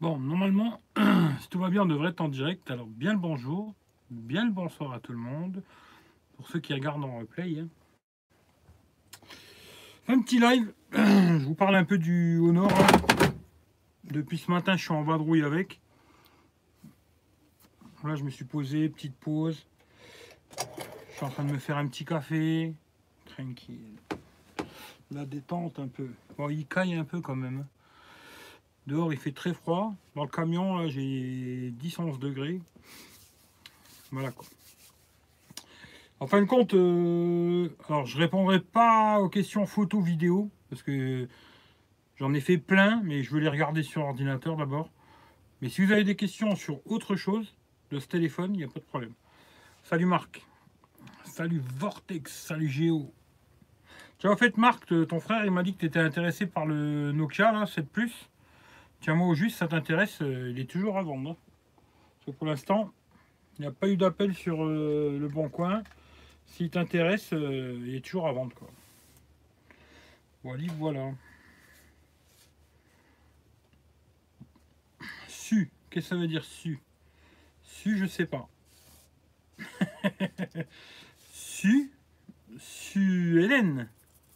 Bon, normalement, si tout va bien, on devrait être en direct. Alors, bien le bonjour, bien le bonsoir à tout le monde. Pour ceux qui regardent en replay, hein. Un petit live. Je vous parle un peu du Honor, hein. Depuis ce matin, je suis en vadrouille avec. Là, je me suis posé, petite pause. Je suis en train de me faire un petit café. Tranquille. La détente un peu. Bon, il caille un peu quand même. Dehors, il fait très froid. Dans le camion, là, j'ai 10-11 degrés. Voilà quoi. En fin de compte, alors je répondrai pas aux questions photo vidéo parce que j'en ai fait plein, mais je veux les regarder sur ordinateur d'abord. Mais si vous avez des questions sur autre chose de ce téléphone, il n'y a pas de problème. Salut Marc, salut Vortex, salut Géo. Tu vois, en fait, Marc, ton frère, il m'a dit que tu étais intéressé par le Nokia là, 7 Plus. Tiens-moi au juste, ça t'intéresse, il est toujours à vendre, hein. Parce que pour l'instant, il n'y a pas eu d'appel sur le bon coin. S'il t'intéresse, il est toujours à vendre, quoi. Voilà, voilà. Su. Qu'est-ce que ça veut dire su? Su, je sais pas. Su. Su Hélène.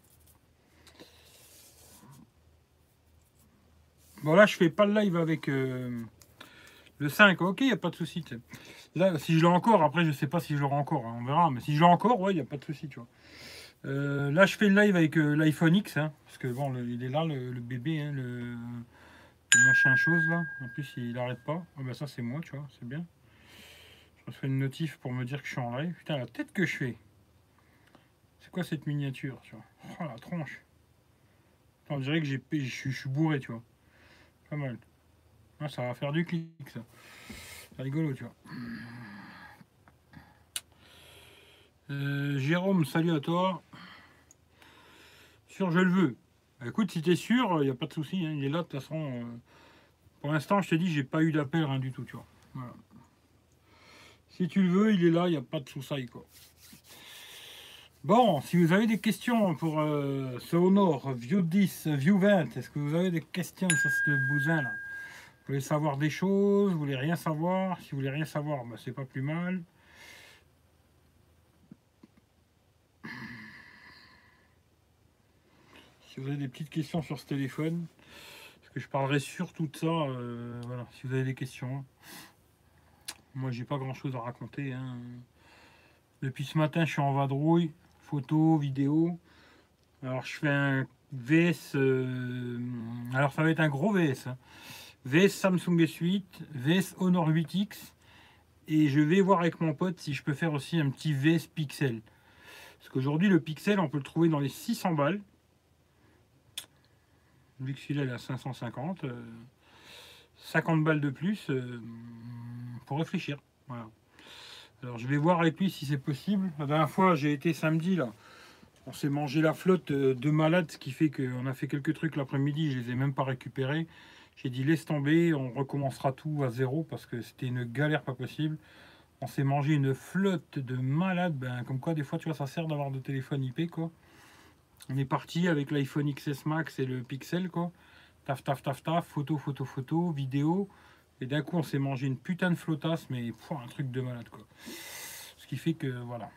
Bon, là, je fais pas le live avec le 5. Ok, il n'y a pas de souci. Là, si je l'ai encore, après, je sais pas si je l'aurai encore, hein, on verra. Mais si je l'ai encore, ouais, il n'y a pas de souci, tu vois. Là, je fais le live avec l'iPhone X, hein, parce que bon, il est là, le bébé, hein, le machin chose, là. En plus, il n'arrête pas. Ah, bah, ça, c'est moi, tu vois, c'est bien. Je reçois une notif pour me dire que je suis en live. Putain, la tête que je fais. C'est quoi cette miniature, tu vois? Oh, la tronche. On dirait que je suis bourré, tu vois. Pas mal. Ah, ça va faire du clic, ça. C'est rigolo, tu vois. Jérôme, salut à toi. Sûr, je le veux. Bah, écoute, si t'es sûr, il n'y a pas de souci, hein, il est là, de toute façon. Pour l'instant, je te dis, j'ai pas eu d'appel, rien du tout, tu vois. Voilà. Si tu le veux, il est là, il n'y a pas de souci, quoi. Bon, si vous avez des questions pour ce Honor, View 10, View 20, est-ce que vous avez des questions sur ce bousin là? Vous voulez savoir des choses, vous voulez rien savoir? Si vous voulez rien savoir, bah, c'est pas plus mal. Si vous avez des petites questions sur ce téléphone, parce que je parlerai surtout de ça, voilà, si vous avez des questions. Moi, j'ai pas grand chose à raconter, hein. Depuis ce matin, je suis en vadrouille, photo, vidéo. Alors, je fais un VS, alors ça va être un gros VS, hein. VS Samsung S8, VS Honor 8X, et je vais voir avec mon pote si je peux faire aussi un petit VS Pixel. Parce qu'aujourd'hui, le Pixel, on peut le trouver dans les 600 balles. Vu que celui-là, il est à 550. 50 balles de plus pour réfléchir. Voilà. Alors, je vais voir avec lui si c'est possible. La dernière fois, j'ai été samedi, là. On s'est mangé la flotte de malade, ce qui fait qu'on a fait quelques trucs l'après-midi. Je les ai même pas récupérés. J'ai dit, laisse tomber, on recommencera tout à zéro parce que c'était une galère pas possible. On s'est mangé une flotte de malades. Ben, comme quoi, des fois, tu vois, ça sert d'avoir de téléphone IP, quoi. On est parti avec l'iPhone XS Max et le Pixel, quoi. Taf, taf, taf, taf, photo, photo, photo, vidéo. Et d'un coup, on s'est mangé une putain de flottasse, mais un truc de malade, quoi. Ce qui fait que, voilà.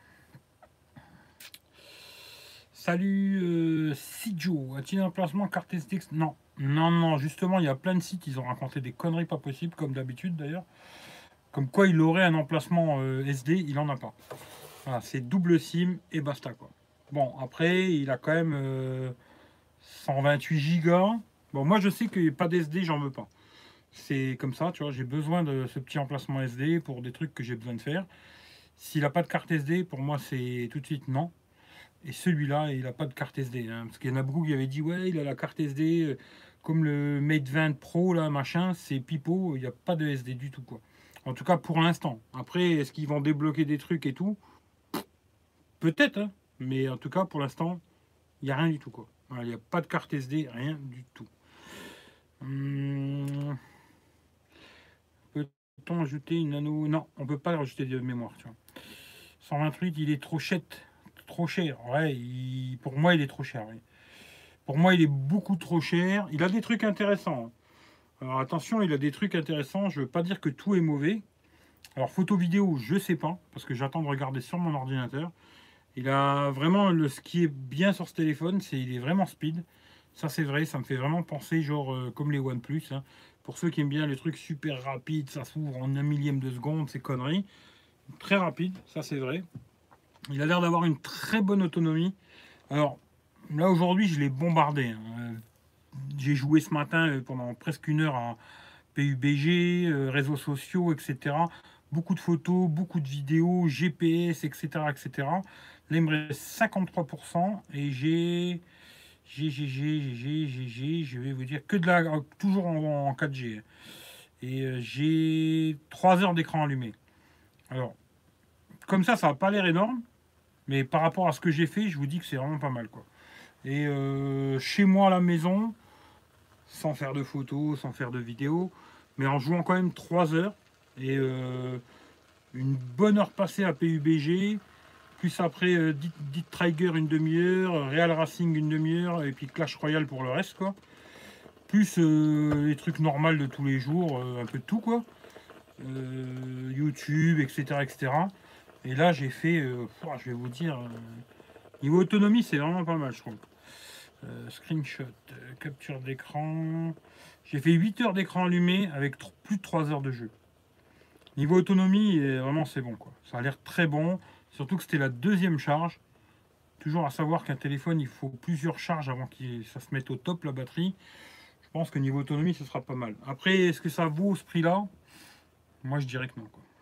Salut, Sijo. A-t-il un emplacement carte SD? Non. Non, non, justement, il y a plein de sites, ils ont raconté des conneries pas possibles, comme d'habitude d'ailleurs. Comme quoi il aurait un emplacement SD, il en a pas. Voilà, c'est double SIM et basta, quoi. Bon, après, il a quand même 128 gigas. Bon, moi, je sais qu'il n'y a pas d'SD, j'en veux pas. C'est comme ça, tu vois, j'ai besoin de ce petit emplacement SD pour des trucs que j'ai besoin de faire. S'il n'a pas de carte SD, pour moi, c'est tout de suite non. Et celui-là, il n'a pas de carte SD, hein, parce qu'il y en a beaucoup qui avaient dit, ouais, il a la carte SD, comme le Mate 20 Pro, là, machin, c'est pipeau, il n'y a pas de SD du tout, quoi. En tout cas, pour l'instant. Après, est-ce qu'ils vont débloquer des trucs et tout? Peut-être, hein, mais en tout cas, pour l'instant, il n'y a rien du tout, quoi. Voilà, il n'y a pas de carte SD, rien du tout. Peut-on ajouter une nano? Non, on peut pas rajouter de mémoire, tu vois. 128, il est trop cher. Trop cher. Ouais, pour moi, il est trop cher. Oui. Pour moi, il est beaucoup trop cher. Il a des trucs intéressants, hein. Alors attention, il a des trucs intéressants. Je veux pas dire que tout est mauvais. Alors photo vidéo, je sais pas, parce que j'attends de regarder sur mon ordinateur. Il a vraiment ce qui est bien sur ce téléphone, c'est il est vraiment speed. Ça c'est vrai, ça me fait vraiment penser genre comme les OnePlus, hein. Pour ceux qui aiment bien les trucs super rapides, ça s'ouvre en un millième de seconde, ces conneries. Très rapide, ça c'est vrai. Il a l'air d'avoir une très bonne autonomie. Alors là aujourd'hui je l'ai bombardé, hein. J'ai joué ce matin pendant presque une heure à PUBG, réseaux sociaux, etc. Beaucoup de photos, beaucoup de vidéos, GPS, etc. etc. Là, il me reste 53% et je vais vous dire que de la, toujours en 4G. Et j'ai 3 heures d'écran allumé. Alors, comme ça n'a pas l'air énorme, mais par rapport à ce que j'ai fait, je vous dis que c'est vraiment pas mal, quoi. Et chez moi à la maison, sans faire de photos, sans faire de vidéos, mais en jouant quand même 3 heures et une bonne heure passée à PUBG, plus après Dit Trigger une demi-heure, Real Racing une demi-heure, et puis Clash Royale pour le reste, quoi. Plus les trucs normaux de tous les jours, un peu de tout, quoi. YouTube, etc., etc. Et là, j'ai fait, je vais vous dire, niveau autonomie, c'est vraiment pas mal, je trouve. Screenshot, capture d'écran. J'ai fait 8 heures d'écran allumé avec plus de 3 heures de jeu. Niveau autonomie, vraiment c'est bon, quoi. Ça a l'air très bon. Surtout que c'était la deuxième charge. Toujours à savoir qu'un téléphone, il faut plusieurs charges avant que ça se mette au top, la batterie. Je pense que niveau autonomie, ce sera pas mal. Après, est-ce que ça vaut ce prix-là? Moi, je dirais que non, quoi.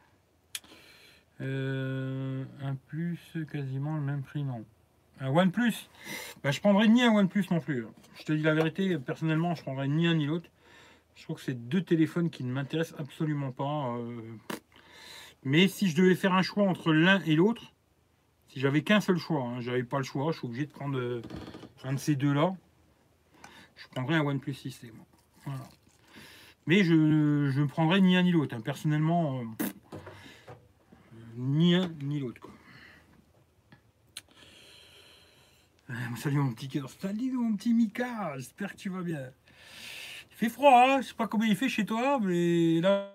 Un plus, quasiment le même prix, non. Un OnePlus, bah, je prendrais ni un OnePlus non plus. Je te dis la vérité, personnellement, je prendrais ni un ni l'autre. Je trouve que c'est deux téléphones qui ne m'intéressent absolument pas. Mais si je devais faire un choix entre l'un et l'autre, si j'avais qu'un seul choix, hein, j'avais pas le choix, je suis obligé de prendre un de ces deux-là, je prendrais un OnePlus 6T. Voilà. Mais je ne prendrais ni un ni l'autre. Hein. Personnellement, ni un ni l'autre. Salut mon petit cœur, salut mon petit Mika, j'espère que tu vas bien. Il fait froid, hein, je sais pas combien il fait chez toi, mais là...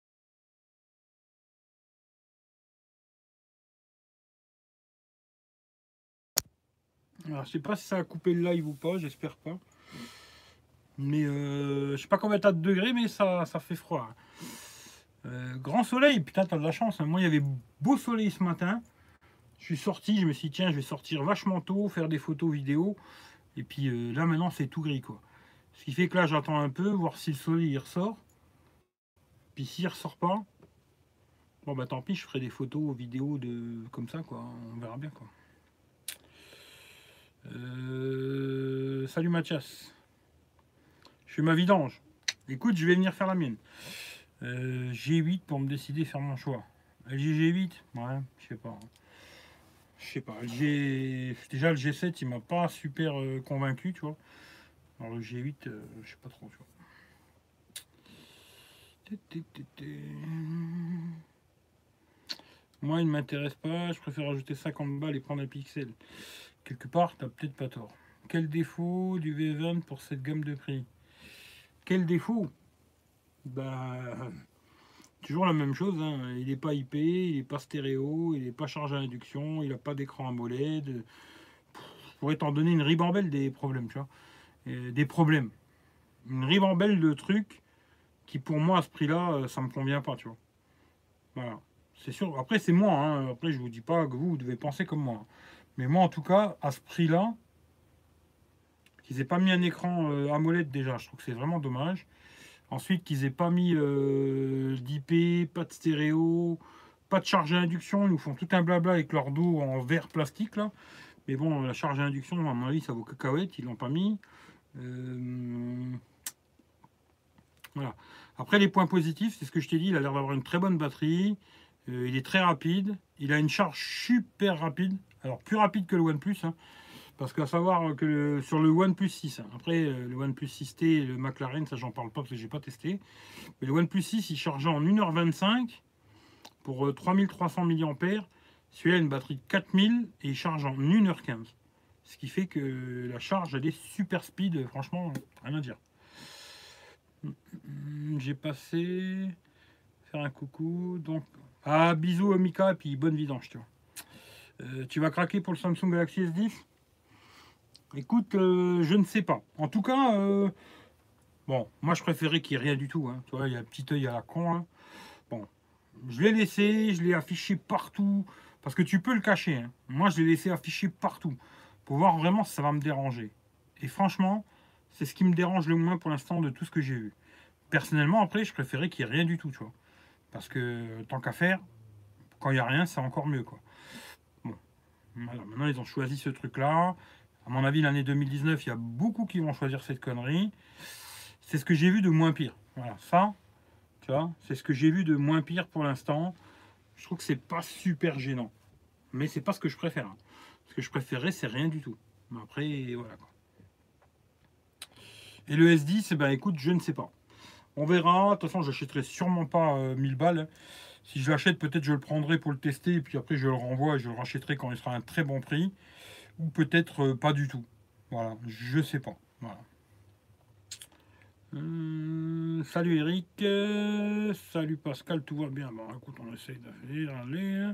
Alors, je sais pas si ça a coupé le live ou pas, j'espère pas. Mais je sais pas combien t'as de degrés, mais ça fait froid. Grand soleil, putain, t'as de la chance. Hein. Moi, il y avait beau soleil ce matin. Je suis sorti, je me suis dit, tiens, je vais sortir vachement tôt, faire des photos, vidéos. Et puis là, maintenant, c'est tout gris, quoi. Ce qui fait que là, j'attends un peu, voir si le soleil il ressort. Puis s'il ressort pas, bon, bah tant pis, je ferai des photos, vidéos comme ça, quoi. On verra bien, quoi. Salut Mathias. Je fais ma vidange. Écoute, je vais venir faire la mienne. G8 pour me décider faire mon choix. LG G8, ouais, je sais pas. Je sais pas. Déjà le G7, il m'a pas super convaincu, tu vois. Alors le G8, je sais pas trop, tu vois. Moi, il ne m'intéresse pas. Je préfère ajouter 50 balles et prendre un Pixel. Quelque part, t'as peut-être pas tort. Quel défaut du V20 pour cette gamme de prix? Quel défaut? Bah, toujours la même chose. Hein. Il n'est pas IP, il n'est pas stéréo, il n'est pas chargé à induction, il n'a pas d'écran AMOLED. Je pourrais t'en donner une ribambelle des problèmes, tu vois. Des problèmes. Une ribambelle de trucs qui, pour moi, à ce prix-là, ça me convient pas, tu vois. Voilà. C'est sûr. Après, c'est moi. Hein. Après, je vous dis pas que vous devez penser comme moi. Mais moi, en tout cas, à ce prix-là, qu'ils aient pas mis un écran AMOLED déjà, je trouve que c'est vraiment dommage. Ensuite, qu'ils aient pas mis d'IP, pas de stéréo, pas de charge à induction. Ils nous font tout un blabla avec leur dos en verre plastique là. Mais bon, la charge à induction, à mon avis, ça vaut cacahuète. Ils l'ont pas mis. Voilà. Après, les points positifs, c'est ce que je t'ai dit. Il a l'air d'avoir une très bonne batterie. Il est très rapide. Il a une charge super rapide. Alors, plus rapide que le OnePlus. Hein. Parce qu'à savoir que sur le OnePlus 6, après le OnePlus 6T et le McLaren, ça j'en parle pas parce que j'ai pas testé. Mais le OnePlus 6, il chargeait en 1h25 pour 3300 mAh. Celui-là a une batterie de 4000 et il charge en 1h15. Ce qui fait que la charge, elle est super speed, franchement, rien à dire. J'ai passé... Faire un coucou, donc... Ah, bisous Mika, et puis bonne vidange, tu vois. Tu vas craquer pour le Samsung Galaxy S10? Écoute, je ne sais pas. En tout cas, bon, moi je préférais qu'il n'y ait rien du tout. Hein. Tu vois, il y a un petit œil à la con. Hein. Bon, je l'ai laissé, je l'ai affiché partout. Parce que tu peux le cacher. Hein. Moi, je l'ai laissé affiché partout. Pour voir vraiment si ça va me déranger. Et franchement, c'est ce qui me dérange le moins pour l'instant de tout ce que j'ai vu. Personnellement, après, je préférais qu'il n'y ait rien du tout, tu vois. Parce que tant qu'à faire, quand il n'y a rien, c'est encore mieux, quoi. Bon, voilà, maintenant ils ont choisi ce truc-là. À mon avis, l'année 2019, il y a beaucoup qui vont choisir cette connerie. C'est ce que j'ai vu de moins pire. Voilà, ça, tu vois, c'est ce que j'ai vu de moins pire pour l'instant. Je trouve que c'est pas super gênant. Mais c'est pas ce que je préfère. Hein. Ce que je préférerais, c'est rien du tout. Mais après, voilà, quoi. Et le S10, eh ben, écoute, je ne sais pas. On verra. De toute façon, j'achèterai sûrement pas 1000 balles. Si je l'achète, peut-être je le prendrai pour le tester. Et puis après, je le renvoie et je le rachèterai quand il sera à un très bon prix. Ou peut-être pas du tout. Voilà, je sais pas. Voilà. Salut Eric, salut Pascal, tout va bien. Bon, écoute, on essaye d'affaire. Allez.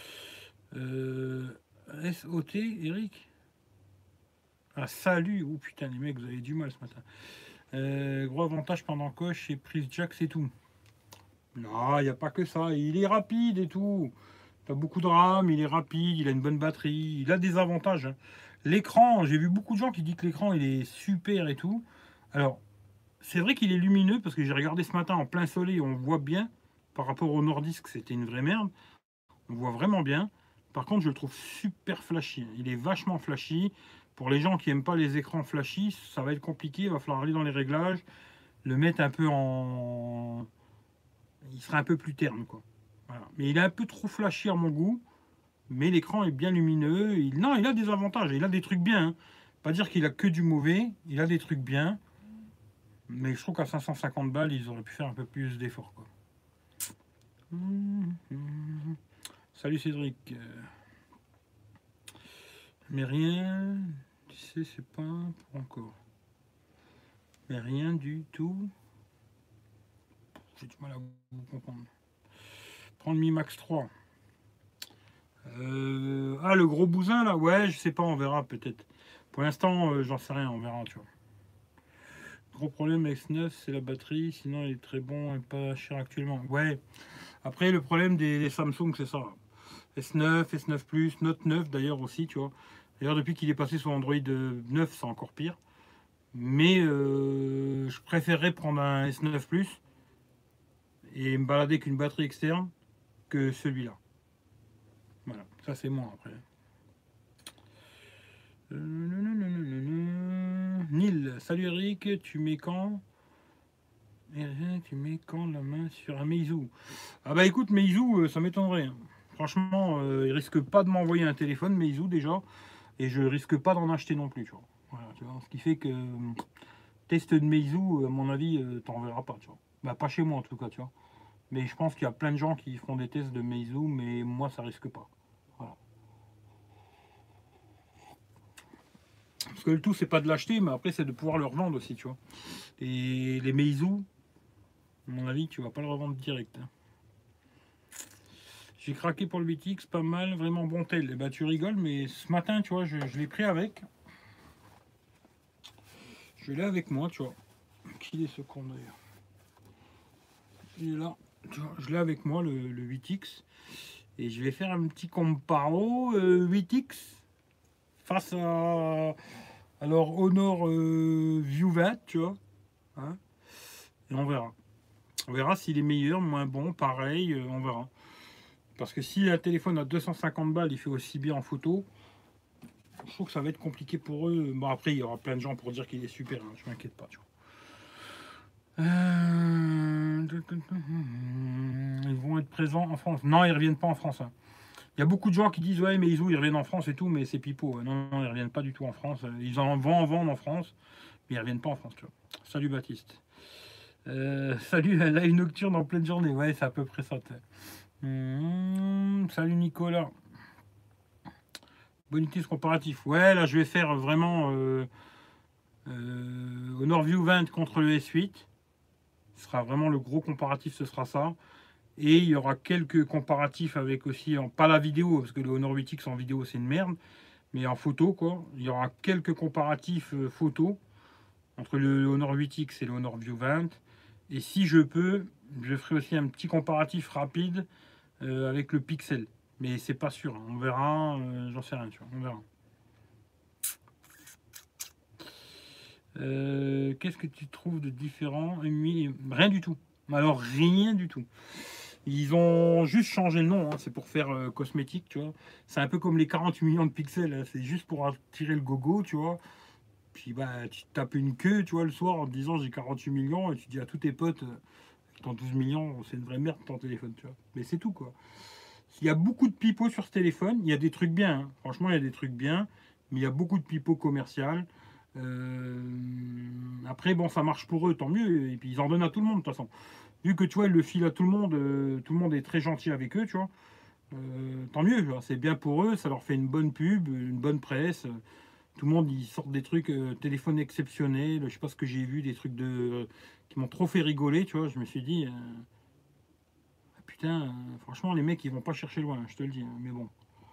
SOT, Eric. Ah, salut. Oh putain, les mecs, vous avez du mal ce matin. Gros avantage pendant coche et prise jack, c'est tout. Non, il n'y a pas que ça. Il est rapide et tout. Il a beaucoup de RAM, il est rapide, il a une bonne batterie, il a des avantages. Hein. L'écran, j'ai vu beaucoup de gens qui disent que l'écran il est super et tout. Alors, c'est vrai qu'il est lumineux parce que j'ai regardé ce matin en plein soleil, on voit bien. Par rapport au Nordisk, c'était une vraie merde. On voit vraiment bien. Par contre, je le trouve super flashy. Il est vachement flashy. Pour les gens qui n'aiment pas les écrans flashy, ça va être compliqué. Il va falloir aller dans les réglages, le mettre un peu en... Il sera un peu plus terne, quoi. Voilà. Mais il est un peu trop flashy à mon goût. Mais l'écran est bien lumineux. Non, il a des avantages. Il a des trucs bien. Hein. Pas dire qu'il a que du mauvais. Il a des trucs bien. Mais je trouve qu'à 550 balles, ils auraient pu faire un peu plus d'efforts. Salut Cédric. Mais rien. Tu sais, c'est pas pour encore. Mais rien du tout. J'ai du mal à vous comprendre. Prendre Mi Max 3. Ah, le gros bousin là. Ouais, je sais pas, on verra peut-être. Pour l'instant, j'en sais rien, on verra, tu vois. Gros problème avec S9, c'est la batterie. Sinon, il est très bon et pas cher actuellement. Ouais. Après, le problème des Samsung, c'est ça. S9, S9 Plus, Note 9 d'ailleurs aussi, tu vois. D'ailleurs, depuis qu'il est passé sur Android 9, c'est encore pire. Mais je préférerais prendre un S9 Plus et me balader qu'une batterie externe que celui-là. Voilà, ça c'est moi après. Nil, salut Eric, tu mets quand tu mets quand la main sur un Meizu? Ah bah écoute, Meizu, ça m'étonnerait. Hein. Franchement, il risque pas de m'envoyer un téléphone, Meizu déjà, et je risque pas d'en acheter non plus, tu vois. Voilà, tu vois. Ce qui fait que test de Meizu, à mon avis, t'en verras pas, tu vois. Bah pas chez moi en tout cas, tu vois. Mais je pense qu'il y a plein de gens qui feront des tests de Meizu, mais moi ça risque pas. Voilà. Parce que le tout, c'est pas de l'acheter, mais après, c'est de pouvoir le revendre aussi, tu vois. Et les Meizu, à mon avis, tu vas pas le revendre direct. Hein. J'ai craqué pour le 8X, pas mal, vraiment bon tel. Et bah, tu rigoles, mais ce matin, tu vois, je l'ai pris avec. Je l'ai avec moi, tu vois. Qui est ce con d'ailleurs? Il est là. Tu vois, je l'ai avec moi, le 8X. Et je vais faire un petit comparo 8X face à alors Honor View 20, tu vois. Hein, et on verra. On verra s'il est meilleur, moins bon, pareil, on verra. Parce que si un téléphone à 250 balles, il fait aussi bien en photo, je trouve que ça va être compliqué pour eux. Bon, après, il y aura plein de gens pour dire qu'il est super, hein, je m'inquiète pas, tu vois. Ils vont être présents en France. Non, ils reviennent pas en France. Hein. Il y a beaucoup de gens qui disent ouais, mais ils reviennent en France et tout, mais c'est pipeau. Non, non, ils reviennent pas du tout en France. Ils en vendent en France, mais ils reviennent pas en France, tu vois. Salut Baptiste. Salut, la live nocturne en pleine journée. Ouais, c'est à peu près ça. Salut Nicolas. Bonitis comparatif. Ouais, là je vais faire vraiment Honor View 20 contre le S8. Ce sera vraiment le gros comparatif, ce sera ça. Et il y aura quelques comparatifs avec aussi, pas la vidéo, parce que le Honor 8X en vidéo c'est une merde, mais en photo quoi. Il y aura quelques comparatifs photos entre le Honor 8X et le Honor View 20. Et si je peux, je ferai aussi un petit comparatif rapide avec le Pixel. Mais c'est pas sûr, hein. On verra, j'en sais rien, tu vois, on verra. Qu'est-ce que tu trouves de différent? Rien du tout. Alors rien du tout. Ils ont juste changé le nom, hein. C'est pour faire cosmétique, tu vois. C'est un peu comme les 48 millions de pixels, hein. C'est juste pour attirer le gogo, tu vois. Puis bah, tu te tapes une queue, tu vois, le soir en te disant j'ai 48 millions et tu dis à tous tes potes, ton 12 millions, c'est une vraie merde ton téléphone, tu vois. Mais c'est tout, quoi. Il y a beaucoup de pipeaux sur ce téléphone. Il y a des trucs bien, hein. Franchement, il y a des trucs bien, mais il y a beaucoup de pipeaux commerciaux. Après, bon, ça marche pour eux, tant mieux. Et puis ils en donnent à tout le monde, de toute façon. Vu que tu vois, ils le filent à tout le monde est très gentil avec eux, tu vois. Tant mieux, c'est bien pour eux, ça leur fait une bonne pub, une bonne presse. Tout le monde, ils sortent des trucs, téléphones exceptionnels, je sais pas ce que j'ai vu, des trucs qui m'ont trop fait rigoler, tu vois. Je me suis dit, putain, franchement, les mecs, ils vont pas chercher loin, je te le dis, hein, mais bon.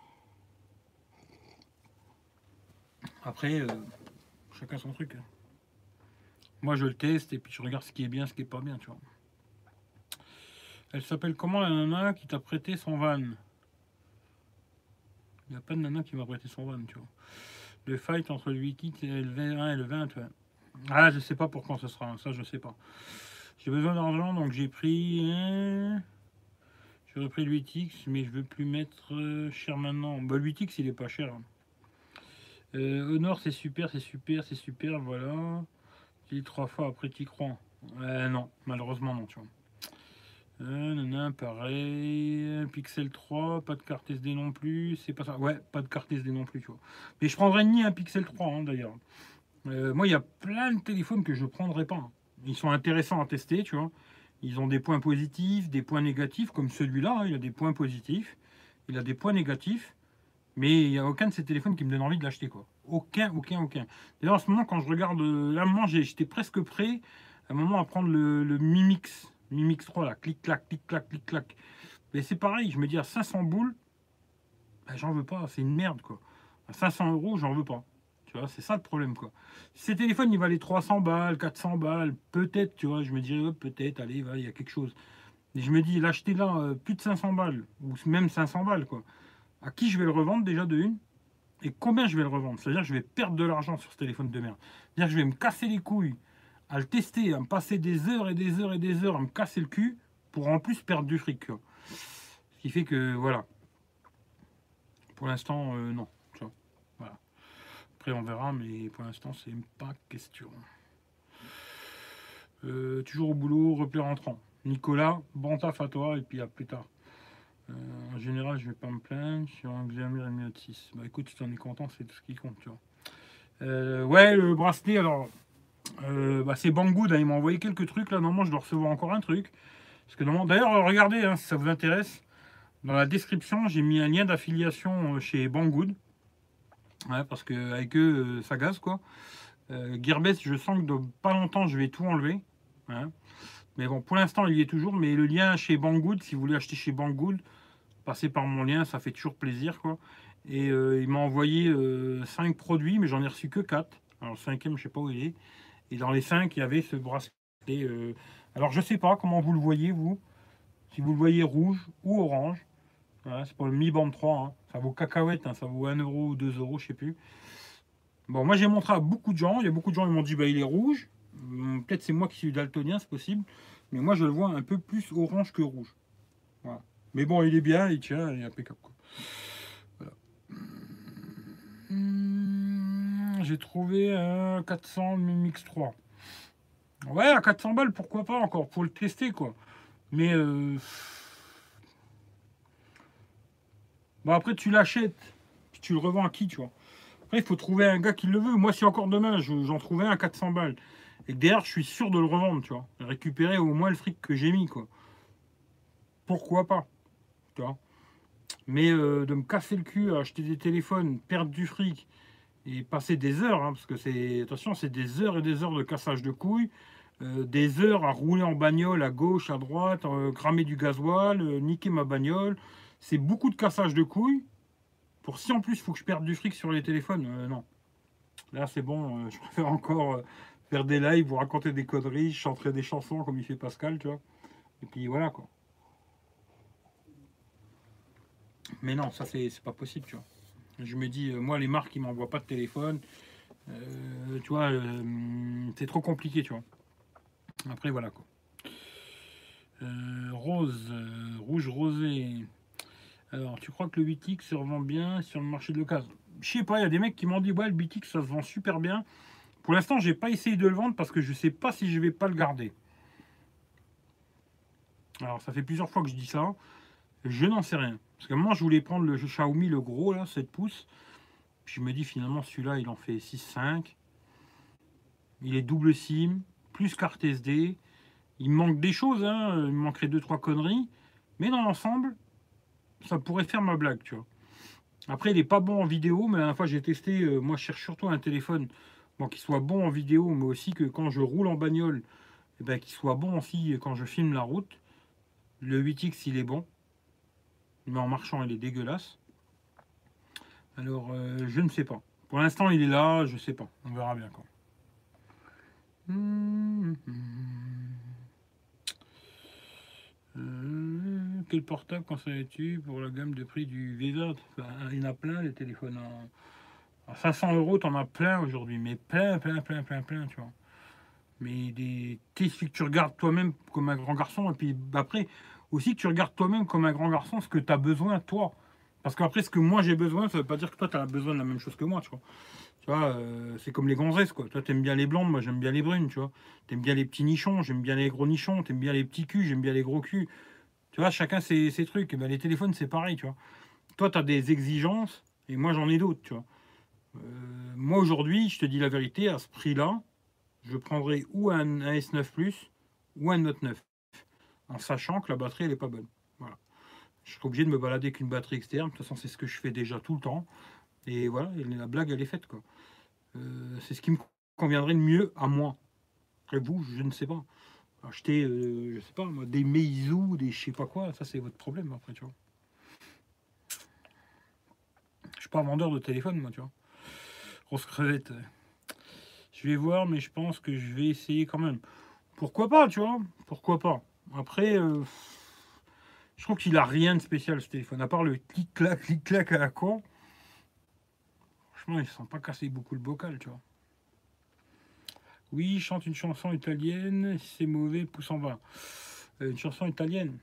Après, chacun son truc, hein. Moi, je le teste et puis je regarde ce qui est bien, ce qui est pas bien, tu vois. Elle s'appelle comment la nana qui t'a prêté son van? Il n'y a pas de nana qui m'a prêté son van, tu vois. Le fight entre le 8X et le 21 et le 20, ouais. Ah, je sais pas pour quand ce sera, ça je sais pas. J'ai besoin d'argent, donc j'ai pris... J'ai repris le 8X, mais je veux plus mettre cher maintenant. Bah, le 8X, il est pas cher, hein. Honor, c'est super, c'est super, c'est super, voilà. Tu dis 3 fois, après tu y crois. Non, malheureusement non, tu vois. Pareil. Pixel 3, pas de carte SD non plus. C'est pas ça. Ouais, pas de carte SD non plus, tu vois. Mais je prendrais ni un Pixel 3, hein, d'ailleurs. Moi, il y a plein de téléphones que je ne prendrais pas, hein. Ils sont intéressants à tester, tu vois. Ils ont des points positifs, des points négatifs, comme celui-là, hein, il a des points positifs, il a des points négatifs, mais il n'y a aucun de ces téléphones qui me donne envie de l'acheter, quoi. Aucun. D'ailleurs, en ce moment, quand je regarde, là, j'étais presque prêt, à un moment, à prendre le Mi Mix 3, là, clic-clac, clic-clac, clic-clac. Mais c'est pareil, je me dis, à 500 boules, bah, j'en veux pas, c'est une merde, quoi. À 500 euros, j'en veux pas. Tu vois, c'est ça le problème, quoi. Si ces téléphones, ils valaient 300 balles, 400 balles, peut-être, tu vois, je me dirais, peut-être, allez, il y a quelque chose. Et je me dis, l'acheter là, plus de 500 balles, ou même 500 balles, quoi. À qui je vais le revendre, déjà, de une? Et combien je vais le revendre? C'est-à-dire que je vais perdre de l'argent sur ce téléphone de merde. C'est-à-dire que je vais me casser les couilles à le tester, à me passer des heures et des heures et des heures à me casser le cul pour en plus perdre du fric, quoi. Ce qui fait que, voilà. Pour l'instant, non. Tu vois, voilà. Après, on verra, mais pour l'instant, c'est pas question. Toujours au boulot, replay rentrant. Nicolas, bon taf à toi, et puis à plus tard. En général, je vais pas me plaindre. Sur un Xiaomi Redmi Note 6. Bah écoute, si t'en es content, c'est tout ce qui compte, tu vois. Ouais, le bracelet, alors, bah, c'est Banggood, hein, ils m'ont envoyé quelques trucs, là, normalement, je dois recevoir encore un truc. Parce que normalement, d'ailleurs, regardez, hein, si ça vous intéresse, dans la description, j'ai mis un lien d'affiliation chez Banggood. Ouais, parce que avec eux, ça gaze, quoi. Gearbest, je sens que dans pas longtemps, je vais tout enlever, hein. Mais bon, pour l'instant, il y est toujours. Mais le lien chez Banggood, si vous voulez acheter chez Banggood, passez par mon lien, ça fait toujours plaisir, quoi. Et il m'a envoyé 5 produits, mais j'en ai reçu que 4. Alors, le cinquième, je sais pas où il est. Et dans les 5, il y avait ce bracelet. Alors, je sais pas comment vous le voyez, vous. Si vous le voyez rouge ou orange. Voilà, c'est pour le Mi Band 3, hein. Ça vaut cacahuète, hein. Ça vaut 1 euro ou 2 euros, je sais plus. Bon, moi j'ai montré à beaucoup de gens. Il y a beaucoup de gens qui m'ont dit bah il est rouge. Peut-être c'est moi qui suis daltonien, c'est possible. Mais moi je le vois un peu plus orange que rouge. Voilà. Mais bon, il est bien, il tient, il est impeccable, quoi. Voilà. J'ai trouvé un 400 Mix 3. Ouais, à 400 balles, pourquoi pas encore, pour le tester, quoi. Mais bon, après tu l'achètes, puis tu le revends à qui, tu vois. Après, il faut trouver un gars qui le veut. Moi, si encore demain, j'en trouvais un à 400 balles. Et que derrière, je suis sûr de le revendre, tu vois. Récupérer au moins le fric que j'ai mis, quoi. Pourquoi pas, tu vois. Mais de me casser le cul à acheter des téléphones, perdre du fric et passer des heures, hein, parce que c'est, attention, c'est des heures et des heures de cassage de couilles. des heures à rouler en bagnole à gauche, à droite, cramer du gasoil, niquer ma bagnole. C'est beaucoup de cassage de couilles. Pour si en plus il faut que je perde du fric sur les téléphones, non. Là c'est bon, je préfère encore faire des lives, vous raconter des conneries, chanter des chansons comme il fait Pascal, tu vois. Et puis voilà quoi. Mais non, ça c'est pas possible, tu vois. Je me dis, moi les marques ils m'envoient pas de téléphone, tu vois, c'est trop compliqué, tu vois. Après voilà quoi. Rose, rouge rosé. Alors, tu crois que le 8X se revend bien sur le marché de l'occasion? Je sais pas, il y a des mecs qui m'ont dit ouais, le 8X ça se vend super bien. Pour l'instant, j'ai pas essayé de le vendre parce que je sais pas si je vais pas le garder. Alors, ça fait plusieurs fois que je dis ça. Je n'en sais rien. Parce que moi, je voulais prendre le Xiaomi, le gros, là, 7 pouces. Puis je me dis finalement, celui-là, il en fait 6,5. Il est double SIM, plus carte SD. Il me manque des choses, hein. Il me manquerait 2-3 conneries. Mais dans l'ensemble, ça pourrait faire ma blague, tu vois. Après, il n'est pas bon en vidéo, mais la dernière fois, j'ai testé. Moi, je cherche surtout un téléphone bon, qui soit bon en vidéo, mais aussi que quand je roule en bagnole, eh ben, qu'il soit bon aussi quand je filme la route. Le 8X, il est bon, mais en marchant, il est dégueulasse. Alors, je ne sais pas. Pour l'instant, il est là, je sais pas. On verra bien quand. Quel portable conseillerais-tu pour la gamme de prix du V20? Il y en a plein, les téléphones. À 500 euros, t'en as plein aujourd'hui, mais plein, tu vois. Mais des tests que tu regardes toi-même comme un grand garçon, et puis après, aussi que tu regardes toi-même comme un grand garçon ce que tu as besoin, toi. Parce qu'après, ce que moi j'ai besoin, ça veut pas dire que toi, tu as besoin de la même chose que moi, tu vois. Tu vois, c'est comme les gonzesses, quoi. Toi, t'aimes bien les blondes, moi j'aime bien les brunes, tu vois. T'aimes bien les petits nichons, j'aime bien les gros nichons, t'aimes bien les petits culs, j'aime bien les gros culs. Tu vois, chacun ses trucs. Et ben, les téléphones, c'est pareil, tu vois. Toi, tu as des exigences, et moi j'en ai d'autres, tu vois. Moi aujourd'hui, je te dis la vérité, à ce prix-là, je prendrais ou un S9 Plus ou un Note 9, en sachant que la batterie elle est pas bonne. Voilà. Je serais obligé de me balader avec une batterie externe. De toute façon, c'est ce que je fais déjà tout le temps. Et voilà, et la blague elle est faite quoi. C'est ce qui me conviendrait le mieux à moi. Après vous, je ne sais pas. Acheter, je sais pas, moi, des Meizu, des je sais pas quoi, ça c'est votre problème après, tu vois. Je suis pas vendeur de téléphone, moi, tu vois. Grosse crevette. Je vais voir, mais je pense que je vais essayer quand même. Pourquoi pas, tu vois? Pourquoi pas? Après, je trouve qu'il a rien de spécial ce téléphone, à part le clic-clac à la con. Franchement, il ne sent pas casser beaucoup le bocal, tu vois. Oui, chante une chanson italienne, si c'est mauvais, pouce en bas. Une chanson italienne,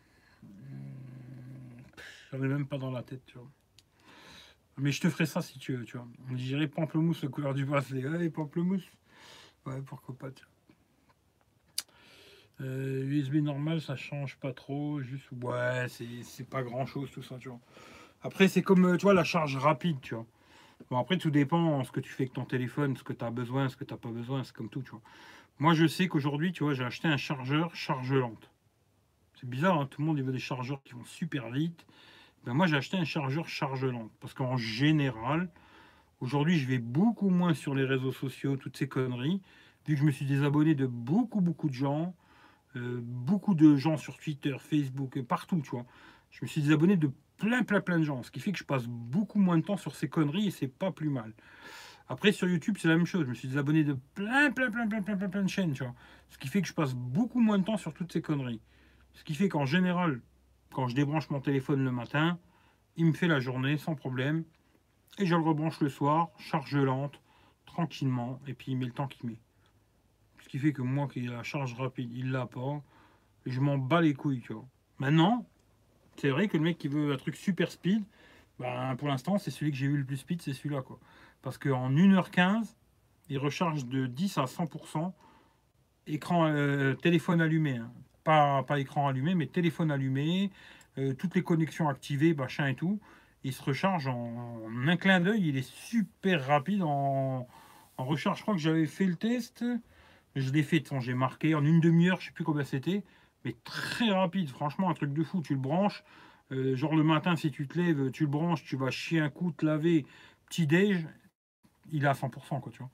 j'en ai même pas dans la tête, tu vois. Mais je te ferai ça si tu veux, tu vois. On dirait pamplemousse, la couleur du bracelet. Ouais, pamplemousse. Ouais, pourquoi pas, tu vois. USB normal, ça change pas trop. Juste, ouais, c'est pas grand chose tout ça, tu vois. Après, c'est comme, tu vois, la charge rapide, tu vois. Bon, après, tout dépend de ce que tu fais avec ton téléphone, ce que tu as besoin, ce que tu n'as pas besoin, c'est comme tout, tu vois. Moi, je sais qu'aujourd'hui, tu vois, j'ai acheté un chargeur charge lente. C'est bizarre, hein, tout le monde il veut des chargeurs qui vont super vite. Ben, moi, j'ai acheté un chargeur charge lente. Parce qu'en général, aujourd'hui, je vais beaucoup moins sur les réseaux sociaux, toutes ces conneries, vu que je me suis désabonné de beaucoup de gens, beaucoup de gens sur Twitter, Facebook, partout, tu vois. Je me suis désabonné de plein de gens, ce qui fait que je passe beaucoup moins de temps sur ces conneries et c'est pas plus mal. Après, sur YouTube, c'est la même chose. Je me suis désabonné de plein de chaînes, tu vois. Ce qui fait que je passe beaucoup moins de temps sur toutes ces conneries. Ce qui fait qu'en général, quand je débranche mon téléphone le matin, il me fait la journée sans problème. Et je le rebranche le soir, charge lente, tranquillement, et puis il met le temps qu'il met. Ce qui fait que moi, qui ai la charge rapide, il l'a pas. Et je m'en bats les couilles, tu vois. Maintenant, c'est vrai que le mec qui veut un truc super speed, ben, pour l'instant, c'est celui que j'ai vu le plus speed, c'est celui-là, quoi. Parce qu'en 1h15, il recharge de 10 à 100%, écran, téléphone allumé. Hein. Pas écran allumé, mais téléphone allumé, toutes les connexions activées, machin et tout. Il se recharge en un clin d'œil, il est super rapide en recharge. Je crois que j'avais fait le test, je l'ai fait, j'ai marqué en une demi-heure, je sais plus combien c'était, mais très rapide, franchement, un truc de fou. Tu le branches, genre le matin, si tu te lèves, tu le branches, tu vas chier un coup, te laver, petit déj, il est à 100%, quoi, tu vois.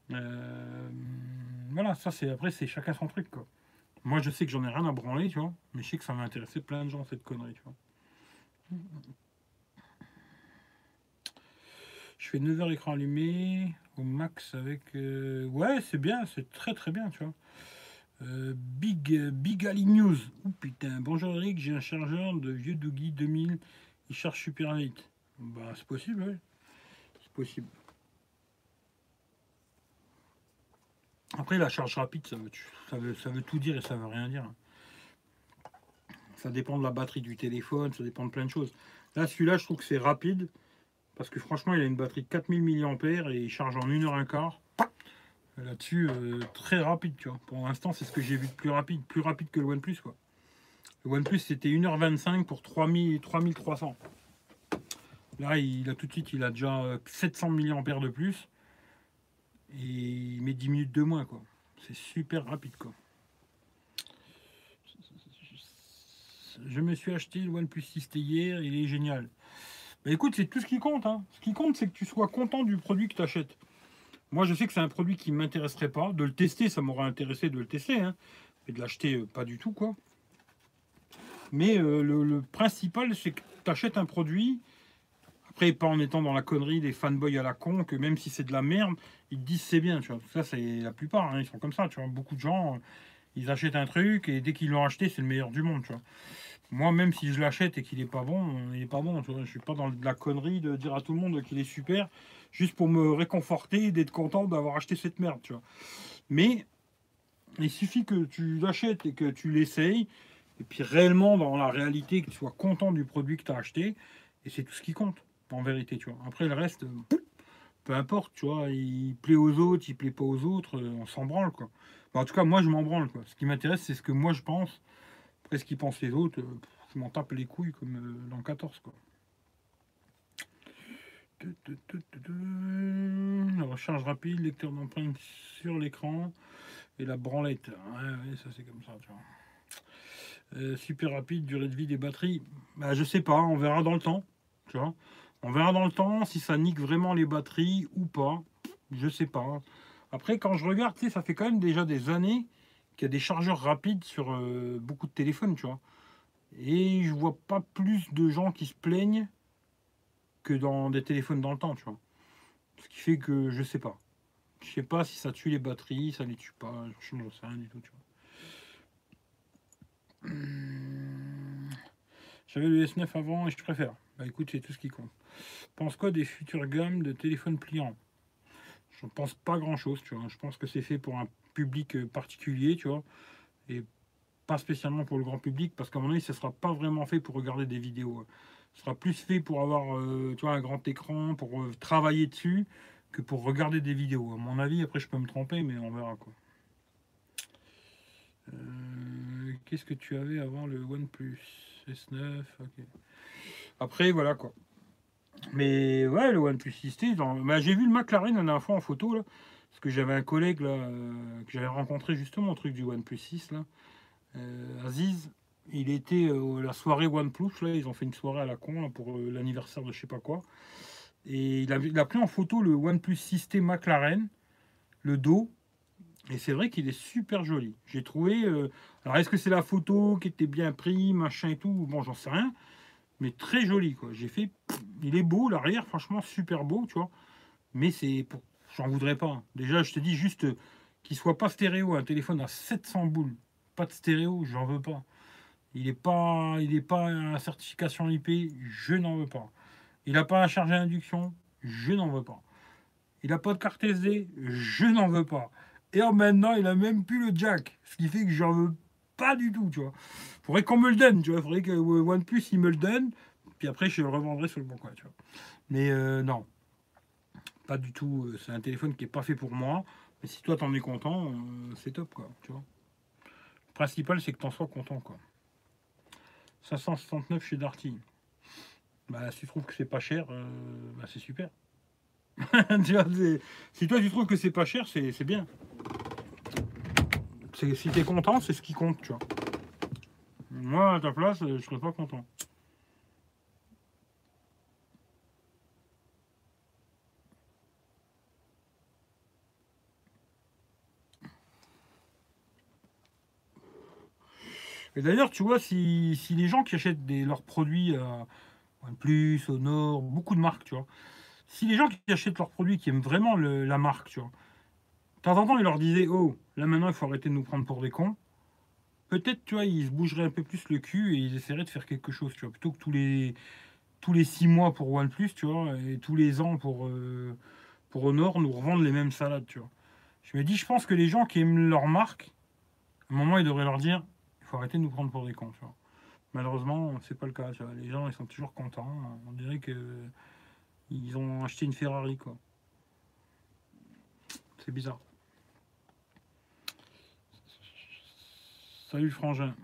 Voilà, ça c'est après c'est chacun son truc quoi. Moi je sais que j'en ai rien à branler, tu vois, mais je sais que ça va intéresser plein de gens cette connerie, tu vois. Je fais 9 heures écran allumé au max avec. Ouais, c'est bien, c'est très très bien, tu vois. Big Ali News. Oh putain, bonjour Eric, j'ai un chargeur de vieux Doogie 2000, il charge super vite. Bah, c'est possible, ouais, c'est possible. Après, la charge rapide, ça veut tout dire et ça veut rien dire. Ça dépend de la batterie du téléphone, ça dépend de plein de choses. Là, celui-là, je trouve que c'est rapide parce que franchement, il a une batterie de 4000 mAh et il charge en 1h15. Là-dessus, très rapide, tu vois. Pour l'instant, c'est ce que j'ai vu de plus rapide que le OnePlus, quoi. Le OnePlus, c'était 1h25 pour 3300. Là, il a tout de suite, il a déjà 700 mAh de plus et il met 10 minutes de moins, quoi. C'est super rapide, quoi. Je me suis acheté le OnePlus 6T hier, il est génial. Bah écoute, c'est tout ce qui compte, hein. Ce qui compte, c'est que tu sois content du produit que tu achètes. Moi, je sais que c'est un produit qui ne m'intéresserait pas. De le tester, ça m'aurait intéressé de le tester, hein. Mais de l'acheter, pas du tout, quoi. Mais le principal, c'est que tu achètes un produit. Après, pas en étant dans la connerie des fanboys à la con, que même si c'est de la merde, ils te disent c'est bien, tu vois. Ça, c'est la plupart, hein, ils sont comme ça, tu vois. Beaucoup de gens, ils achètent un truc et dès qu'ils l'ont acheté, c'est le meilleur du monde, tu vois. Moi, même si je l'achète et qu'il est pas bon, il est pas bon, tu vois. Je suis pas dans de la connerie de dire à tout le monde qu'il est super, juste pour me réconforter et d'être content d'avoir acheté cette merde, tu vois. Mais il suffit que tu l'achètes et que tu l'essayes, et puis réellement, dans la réalité, que tu sois content du produit que tu as acheté, et c'est tout ce qui compte, en vérité, tu vois. Après, le reste, peu importe, tu vois, il plaît aux autres, il plaît pas aux autres, on s'en branle, quoi. Bah, en tout cas, moi, je m'en branle, quoi. Ce qui m'intéresse, c'est ce que moi, je pense. Après, ce qu'ils pensent les autres, je m'en tape les couilles, comme dans 14, quoi. La recharge rapide, lecteur d'empreintes sur l'écran, et la branlette. Ouais, ouais, ça, c'est comme ça, tu vois. Super rapide, durée de vie des batteries. Bah, je sais pas, on verra dans le temps. Tu vois, on verra dans le temps si ça nique vraiment les batteries ou pas. Je sais pas. Après, quand je regarde, tu sais, ça fait quand même déjà des années qu'il y a des chargeurs rapides sur beaucoup de téléphones, tu vois. Et je vois pas plus de gens qui se plaignent que dans des téléphones dans le temps, tu vois. Ce qui fait que je sais pas. Je sais pas si ça tue les batteries, ça les tue pas. Je ne sais rien du tout, tu vois. J'avais le S9 avant et je préfère. Bah écoute, c'est tout ce qui compte. Pense quoi des futures gammes de téléphones pliants? Je ne pense pas grand chose, tu vois. Je pense que c'est fait pour un public particulier, tu vois, et pas spécialement pour le grand public, parce qu'à mon avis, ce ne sera pas vraiment fait pour regarder des vidéos. Ce sera plus fait pour avoir, tu vois, un grand écran, pour travailler dessus, que pour regarder des vidéos. À mon avis, après, je peux me tromper, mais on verra quoi. Qu'est-ce que tu avais avant le OnePlus S9? Ok. Après, voilà quoi. Mais ouais, le OnePlus 6T, bah, j'ai vu le McLaren la dernière fois en photo, là, parce que j'avais un collègue là, que j'avais rencontré justement au truc du OnePlus 6, là, Aziz. Il était la soirée OnePlus, là, ils ont fait une soirée à la con là, pour l'anniversaire de je sais pas quoi. Et il a pris en photo le OnePlus 6T McLaren, le dos, et c'est vrai qu'il est super joli. J'ai trouvé. Alors est-ce que c'est la photo qui était bien prise, machin et tout? Bon, j'en sais rien, mais très joli quoi. J'ai fait. Il est beau, l'arrière, franchement super beau, tu vois. Mais c'est pour. J'en voudrais pas, hein. Déjà, je te dis juste qu'il soit pas stéréo, un téléphone à 700 boules. Pas de stéréo, j'en veux pas. Il est pas à certification IP, je n'en veux pas. Il n'a pas un charge à induction, je n'en veux pas. Il n'a pas de carte SD, je n'en veux pas. Et maintenant, il a même plus le jack, ce qui fait que j'en veux pas du tout, tu vois. Faudrait qu'on me le donne, tu vois. Faudrait que OnePlus il me le donne, puis après je le revendrai sur le bon coin, tu vois. Mais non, pas du tout. C'est un téléphone qui est pas fait pour moi. Mais si toi t'en es content, c'est top quoi, tu vois. Le principal c'est que t'en sois content quoi. 569 chez Darty. Bah si tu trouves que c'est pas cher, bah, c'est super. Tu vois, si toi tu trouves que c'est pas cher, c'est bien. Si t'es content, c'est ce qui compte, tu vois. Moi à ta place, je serais pas content. Et d'ailleurs, tu vois, si les gens qui achètent leurs produits à OnePlus, Honor, beaucoup de marques, tu vois, si les gens qui achètent leurs produits, qui aiment vraiment la marque, tu vois, de temps en temps, ils leur disaient, oh, là maintenant, il faut arrêter de nous prendre pour des cons. Peut-être, tu vois, ils se bougeraient un peu plus le cul et ils essaieraient de faire quelque chose, tu vois, plutôt que tous les 6 mois pour OnePlus, tu vois, et tous les ans pour Honor, nous revendre les mêmes salades, tu vois. Je me dis, je pense que les gens qui aiment leur marque, à un moment, ils devraient leur dire, il faut arrêter de nous prendre pour des cons, tu vois. Malheureusement, c'est pas le cas, tu vois. Les gens, ils sont toujours contents. On dirait que ils ont acheté une Ferrari, quoi. C'est bizarre. Salut, frangin.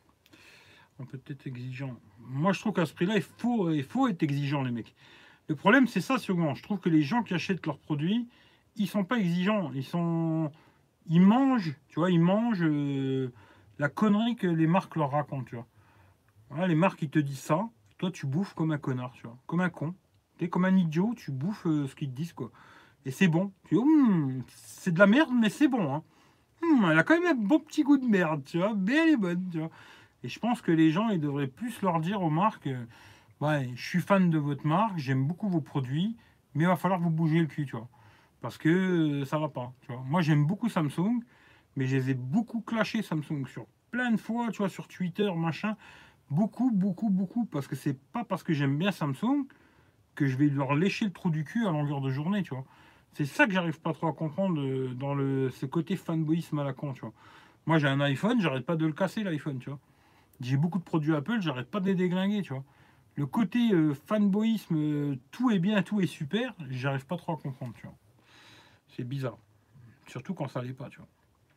On peut être exigeant. Moi, je trouve qu'à ce prix-là, il faut être exigeant, les mecs. Le problème, c'est ça, souvent. Je trouve que les gens qui achètent leurs produits, ils sont pas exigeants. Ils mangent, tu vois, ils mangent la connerie que les marques leur racontent, tu vois. Voilà, les marques, ils te disent ça. Toi, tu bouffes comme un connard, tu vois. Comme un con. T'es comme un idiot, tu bouffes ce qu'ils te disent, quoi. Et c'est bon. Tu dis, c'est de la merde, mais c'est bon, hein. Elle a quand même un bon petit goût de merde, tu vois. Mais elle est bonne, tu vois. Et je pense que les gens, ils devraient plus leur dire aux marques, ouais, je suis fan de votre marque, j'aime beaucoup vos produits, mais il va falloir vous bouger le cul, tu vois. Parce que ça va pas, tu vois. Moi, j'aime beaucoup Samsung, mais je les ai beaucoup clashés Samsung sur plein de fois, tu vois, sur Twitter, machin. Beaucoup, beaucoup, beaucoup. Parce que c'est pas parce que j'aime bien Samsung que je vais leur lécher le trou du cul à longueur de journée, tu vois. C'est ça que j'arrive pas trop à comprendre dans ce côté fanboyisme à la con, tu vois. Moi, j'ai un iPhone, j'arrête pas de le casser, l'iPhone, tu vois. J'ai beaucoup de produits Apple, j'arrête pas de les déglinguer, tu vois. Le côté fanboyisme, tout est bien, tout est super, j'arrive pas trop à comprendre, tu vois. C'est bizarre. Surtout quand ça l'est pas, tu vois.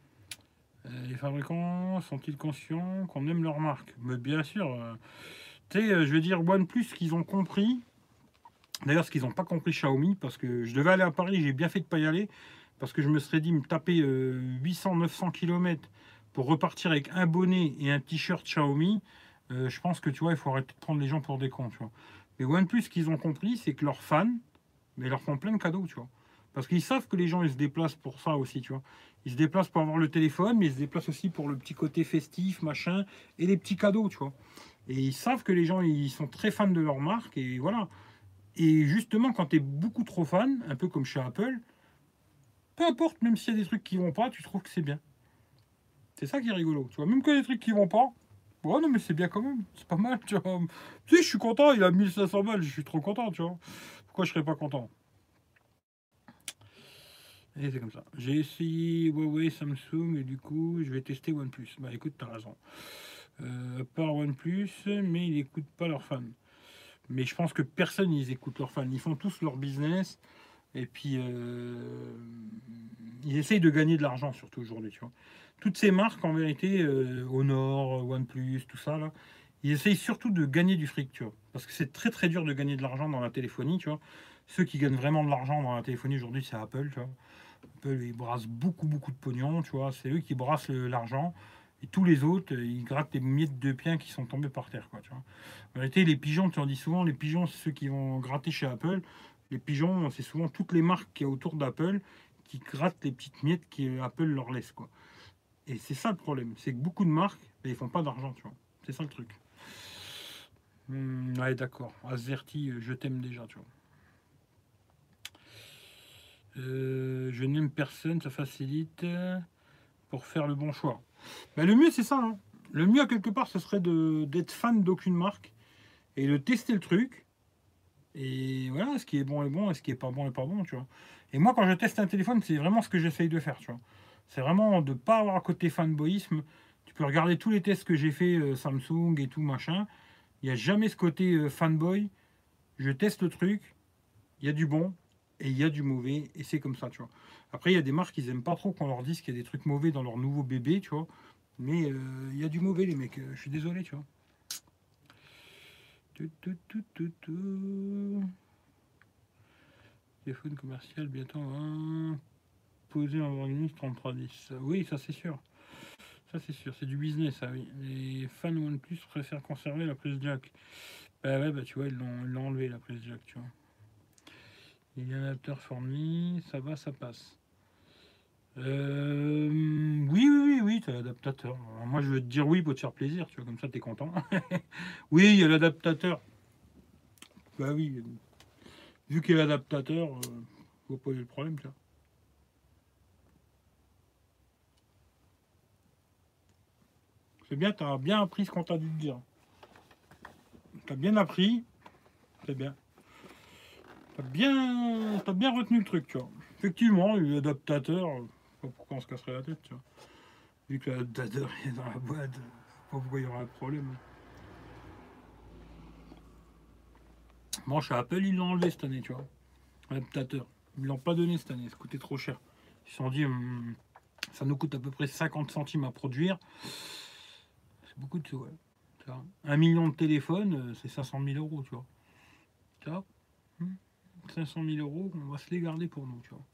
Les fabricants sont-ils conscients qu'on aime leur marque? Mais bien sûr. Tu sais, je veux dire, OnePlus, ce qu'ils ont compris. D'ailleurs, ce qu'ils n'ont pas compris Xiaomi, parce que je devais aller à Paris, j'ai bien fait de pas y aller, parce que je me serais dit me taper 800-900 km pour repartir avec un bonnet et un t-shirt Xiaomi. Je pense que tu vois, il faut arrêter de prendre les gens pour des cons, tu vois. Mais OnePlus, ce qu'ils ont compris, c'est que leurs fans, mais ils leur font plein de cadeaux, tu vois. Parce qu'ils savent que les gens, ils se déplacent pour ça aussi, tu vois. Ils se déplacent pour avoir le téléphone, mais ils se déplacent aussi pour le petit côté festif, machin, et les petits cadeaux, tu vois. Et ils savent que les gens, ils sont très fans de leur marque, et voilà. Et justement, quand tu es beaucoup trop fan, un peu comme chez Apple, peu importe, même s'il y a des trucs qui vont pas, tu trouves que c'est bien. C'est ça qui est rigolo. Tu vois, même que des trucs qui vont pas, ouais, non, mais c'est bien quand même. C'est pas mal, tu vois. Tu sais, je suis content, il a 1500 balles, je suis trop content, tu vois. Pourquoi je serais pas content? Et c'est comme ça. J'ai essayé Huawei, Samsung, et du coup, je vais tester OnePlus. Bah écoute, t'as raison. À part OnePlus, mais ils n'écoutent pas leurs fans. Mais je pense que personne, ils écoutent leurs fans. Ils font tous leur business. Et puis, ils essayent de gagner de l'argent, surtout aujourd'hui, tu vois. Toutes ces marques, en vérité, Honor, OnePlus, tout ça, là, ils essayent surtout de gagner du fric, tu vois. Parce que c'est très, très dur de gagner de l'argent dans la téléphonie, tu vois. Ceux qui gagnent vraiment de l'argent dans la téléphonie aujourd'hui, c'est Apple, tu vois. Apple, ils brassent beaucoup, beaucoup de pognon, tu vois. C'est eux qui brassent l'argent. Et tous les autres, ils grattent des miettes de pain qui sont tombés par terre, quoi, tu vois. En réalité, les pigeons, tu en dis souvent, les pigeons, c'est ceux qui vont gratter chez Apple. Les pigeons, c'est souvent toutes les marques qu'il y a autour d'Apple qui grattent les petites miettes qu'Apple leur laisse, quoi. Et c'est ça le problème, c'est que beaucoup de marques, ben, ils font pas d'argent, tu vois. C'est ça le truc. Ouais, d'accord. Azerty, je t'aime déjà, tu vois. Je n'aime personne, ça facilite pour faire le bon choix. Ben, le mieux, c'est ça, hein. Le mieux, quelque part, ce serait d'être fan d'aucune marque et de tester le truc. Et voilà, ce qui est bon, et ce qui est pas bon, tu vois. Et moi, quand je teste un téléphone, c'est vraiment ce que j'essaye de faire, tu vois. C'est vraiment de pas avoir un côté fanboyisme. Tu peux regarder tous les tests que j'ai fait Samsung et tout, machin. Il n'y a jamais ce côté fanboy. Je teste le truc, il y a du bon et il y a du mauvais, et c'est comme ça, tu vois. Après, il y a des marques, ils aiment pas trop qu'on leur dise qu'il y a des trucs mauvais dans leur nouveau bébé, tu vois. Mais il y a du mauvais, les mecs. Je suis désolé, tu vois. Tout, tout, tout, tout, tout. Téléphone commercial bientôt hein. Posé en organisme 3310. Oui, ça c'est sûr. Ça c'est sûr, c'est du business, ça oui. Les fans OnePlus préfèrent conserver la prise jack. Bah ouais, bah tu vois, ils l'ont enlevé la prise jack, tu vois. Il y a un adapteur Formi, ça va, ça passe. Oui, t'as l'adaptateur. Alors, moi, je veux te dire oui pour te faire plaisir, tu vois, comme ça, t'es content. Oui, il y a l'adaptateur. Bah oui, vu qu'il y a l'adaptateur, faut pas eu le problème, tu vois. C'est bien, t'as bien appris ce qu'on t'a dû te dire. T'as bien appris, c'est bien. T'as bien retenu le truc, tu vois. Effectivement, l'adaptateur, je sais pas pourquoi on se casserait la tête, tu vois. Vu que l'adaptateur est dans la boîte, je sais pas pourquoi il y aura un problème. Bon, chez Apple, ils l'ont enlevé cette année, tu vois. L'adaptateur. Ils l'ont pas donné cette année, ça coûtait trop cher. Ils se sont dit, ça nous coûte à peu près 50 centimes à produire. C'est beaucoup de sous, ouais. Tu vois. 1 million de téléphones, c'est 500 000 euros, tu vois. Tu vois. 500 000 euros, on va se les garder pour nous, tu vois.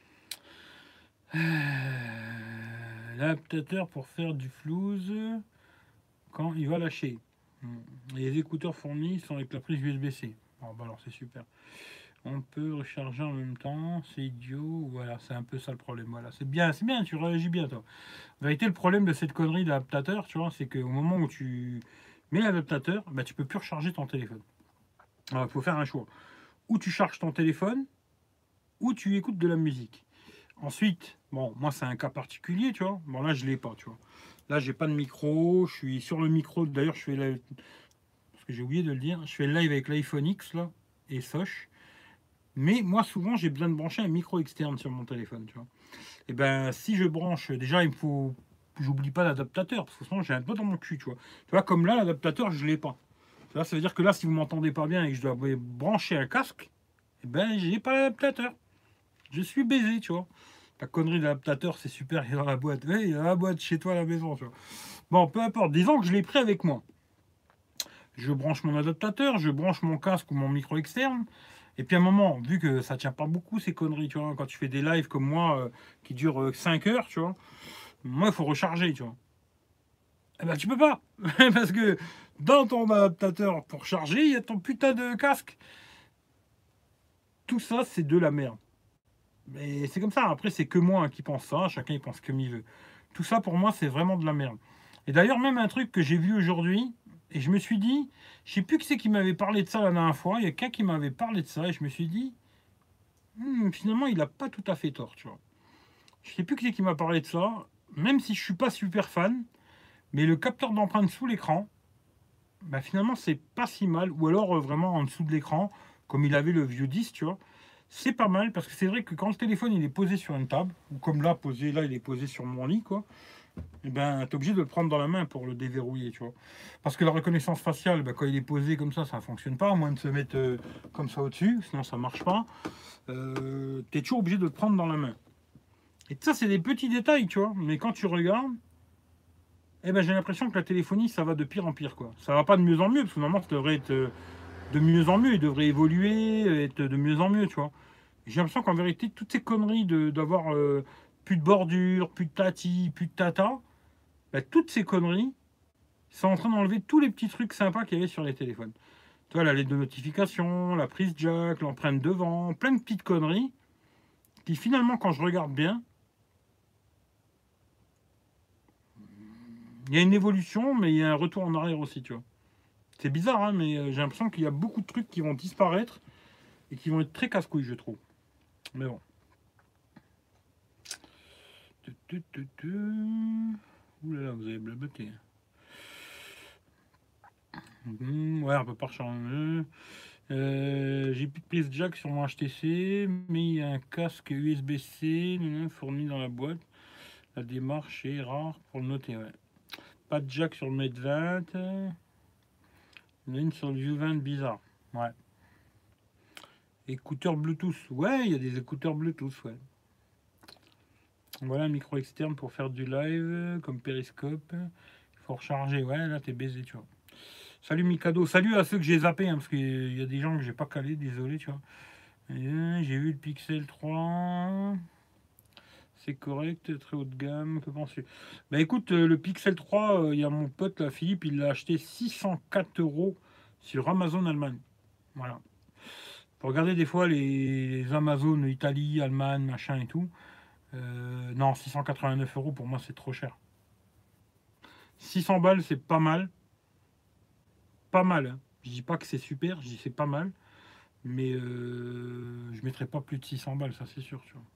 L'adaptateur pour faire du flouze quand il va lâcher. Les écouteurs fournis sont avec la prise USB-C. Bon, bah alors c'est super. On peut recharger en même temps, c'est idiot. Voilà, c'est un peu ça le problème. Voilà, c'est bien, tu réagis bien, toi. En vérité, le problème de cette connerie d'adaptateur, tu vois, c'est qu'au moment où tu mets l'adaptateur, bah, tu peux plus recharger ton téléphone. Alors, il faut faire un choix. Ou tu charges ton téléphone, ou tu écoutes de la musique. Ensuite, bon, moi c'est un cas particulier, tu vois. Bon là je l'ai pas, tu vois. Là j'ai pas de micro, je suis sur le micro. D'ailleurs je fais live, parce que j'ai oublié de le dire, je fais le live avec l'iPhone X là et Soch. Mais moi souvent j'ai besoin de brancher un micro externe sur mon téléphone, tu vois. Et ben si je branche, déjà il me faut, j'oublie pas l'adaptateur parce que sinon j'ai un peu dans mon cul, tu vois. Tu vois comme là l'adaptateur je l'ai pas. Là ça veut dire que là si vous m'entendez pas bien et que je dois brancher un casque, et ben j'ai pas l'adaptateur. Je suis baisé, tu vois. La connerie d'adaptateur, c'est super, il est dans la boîte. Ouais, il est dans la boîte chez toi à la maison, tu vois. Bon, peu importe, disons que je l'ai pris avec moi. Je branche mon adaptateur, je branche mon casque ou mon micro externe. Et puis à un moment, vu que ça tient pas beaucoup ces conneries, tu vois, quand tu fais des lives comme moi qui durent 5 heures, tu vois, moi il faut recharger, tu vois. Eh ben tu peux pas, parce que dans ton adaptateur pour charger, il y a ton putain de casque. Tout ça, c'est de la merde. Mais c'est comme ça, après c'est que moi qui pense ça, chacun il pense comme il veut. Tout ça pour moi c'est vraiment de la merde. Et d'ailleurs même un truc que j'ai vu aujourd'hui, et je me suis dit, je sais plus qui c'est qui m'avait parlé de ça la dernière fois, il y a quelqu'un qui m'avait parlé de ça, et je me suis dit, finalement il a pas tout à fait tort, tu vois. Je sais plus qui c'est qui m'a parlé de ça, même si je suis pas super fan, mais le capteur d'empreinte sous l'écran, bah finalement c'est pas si mal, ou alors vraiment en dessous de l'écran, comme il avait le vieux 10, tu vois. C'est pas mal parce que c'est vrai que quand le téléphone il est posé sur une table, ou comme là posé, là il est posé sur mon lit, quoi, et ben t'es obligé de le prendre dans la main pour le déverrouiller, tu vois. Parce que la reconnaissance faciale, ben, quand il est posé comme ça fonctionne pas, à moins de se mettre comme ça au-dessus, sinon ça marche pas. T'es toujours obligé de le prendre dans la main. Et ça c'est des petits détails, tu vois, mais quand tu regardes, eh ben j'ai l'impression que la téléphonie ça va de pire en pire, quoi. Ça va pas de mieux en mieux, parce que normalement ça devrait être de mieux en mieux, il devrait évoluer, être de mieux en mieux, tu vois. J'ai l'impression qu'en vérité, toutes ces conneries d'avoir plus de bordure, plus de tati, plus de tata, bah, toutes ces conneries sont en train d'enlever tous les petits trucs sympas qu'il y avait sur les téléphones. Tu vois, la lettre de notification, la prise jack, l'empreinte devant, plein de petites conneries qui finalement, quand je regarde bien, il y a une évolution, mais il y a un retour en arrière aussi, tu vois. C'est bizarre, hein, mais j'ai l'impression qu'il y a beaucoup de trucs qui vont disparaître et qui vont être très casse-couilles, je trouve. Mais bon. Ouh là là, vous avez blablaté. Ouais, on peut pas recharger. J'ai plus de prise jack sur mon HTC, mais il y a un casque USB-C fourni dans la boîte. La démarche est rare pour le noter. Ouais. Pas de jack sur le Mate 20. Il y en a une sur le U20 bizarre. Ouais. Écouteurs Bluetooth. Ouais, il y a des écouteurs Bluetooth. Ouais. Voilà un micro externe pour faire du live, comme Periscope. Il faut recharger. Ouais, là, t'es baisé, tu vois. Salut Mikado. Salut à ceux que j'ai zappé, hein, parce qu'il y a des gens que j'ai pas calé, désolé, tu vois. J'ai vu le Pixel 3. C'est correct, très haut de gamme. Que penses-tu? Bah écoute, le Pixel 3, il y a mon pote là, Philippe, il l'a acheté 604 euros sur Amazon Allemagne. Voilà. Pour regarder des fois les Amazon Italie, Allemagne, machin et tout. Non, 689 euros pour moi c'est trop cher. 600 balles c'est pas mal. Pas mal. Hein. Je dis pas que c'est super, je dis c'est pas mal. Mais je mettrai pas plus de 600 balles, ça c'est sûr. Tu vois.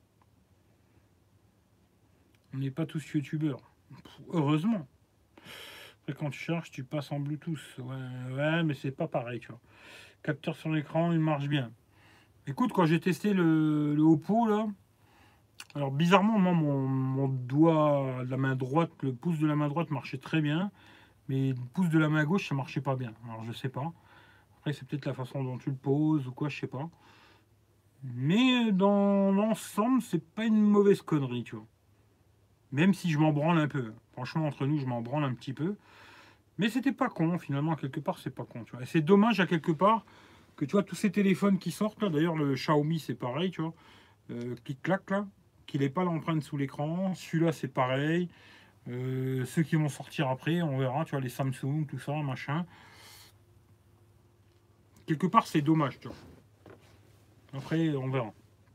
On n'est pas tous youtubeurs. Heureusement. Après, quand tu charges, tu passes en Bluetooth. Ouais, mais c'est pas pareil, tu vois. Capteur sur l'écran, il marche bien. Écoute, quand j'ai testé le Oppo, là, alors bizarrement, moi, mon doigt de la main droite, le pouce de la main droite marchait très bien, mais le pouce de la main gauche, ça marchait pas bien. Alors, je sais pas. Après, c'est peut-être la façon dont tu le poses ou quoi, je sais pas. Mais dans l'ensemble, c'est pas une mauvaise connerie, tu vois. Même si je m'en branle un peu. Franchement, entre nous, je m'en branle un petit peu. Mais c'était pas con, finalement, quelque part, c'est pas con, tu vois. Et c'est dommage, à quelque part, que tu vois, tous ces téléphones qui sortent, là, d'ailleurs, le Xiaomi, c'est pareil, tu vois, qui claque, là, qu'il n'ait pas l'empreinte sous l'écran. Celui-là, c'est pareil. Ceux qui vont sortir après, on verra, tu vois, les Samsung, tout ça, machin. Quelque part, c'est dommage, tu vois. Après, on verra.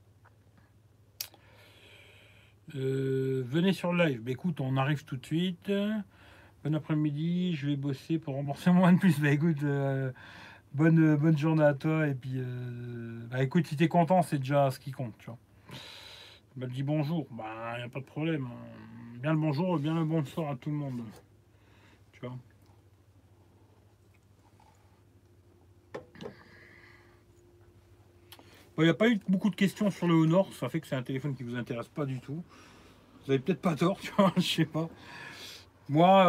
Venez sur le live. Bah, écoute, on arrive tout de suite. Bon après-midi, je vais bosser pour rembourser moins de plus. Bah écoute, bonne journée à toi. Et puis, bah écoute, si t'es content, c'est déjà ce qui compte, tu vois. Bah, dis bonjour, bah y a pas de problème. Hein. Bien le bonjour, bien le bonsoir à tout le monde, tu vois. Bon, il n'y a pas eu beaucoup de questions sur le Honor, ça fait que c'est un téléphone qui vous intéresse pas du tout. Vous avez peut-être pas tort, tu vois, je sais pas. Moi,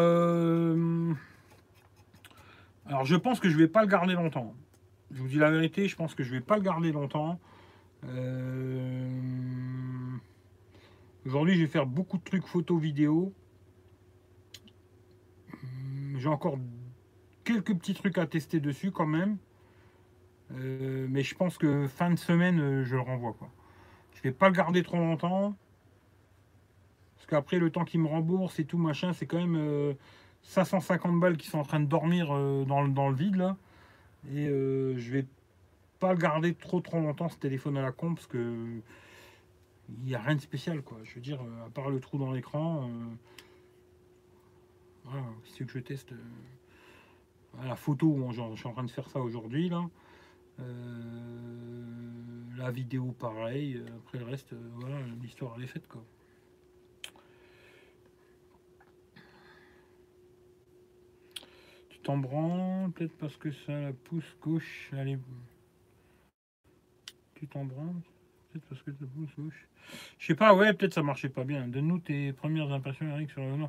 alors je pense que je vais pas le garder longtemps. Je vous dis la vérité, je pense que je vais pas le garder longtemps. Euh, Aujourd'hui, je vais faire beaucoup de trucs photo, vidéo. J'ai encore quelques petits trucs à tester dessus quand même. Mais je pense que fin de semaine, je le renvoie, quoi. Je vais pas le garder trop longtemps. Parce qu'après, le temps qu'il me rembourse et tout, machin, c'est quand même 550 balles qui sont en train de dormir dans le vide, là. Et je vais pas le garder trop longtemps, ce téléphone à la con, parce que il n'y a rien de spécial, quoi. Je veux dire, à part le trou dans l'écran, voilà, c'est que je teste la photo, je suis en train de faire ça aujourd'hui, là. La vidéo, pareil. Après le reste, voilà, l'histoire elle est faite, quoi. Tu t'en branles, peut-être parce que ça la pousse gauche, allez. Tu t'en branles, peut-être parce que ça pousse gauche. Je sais pas, ouais, peut-être ça marchait pas bien. Donne-nous tes premières impressions, Eric, sur le Honor.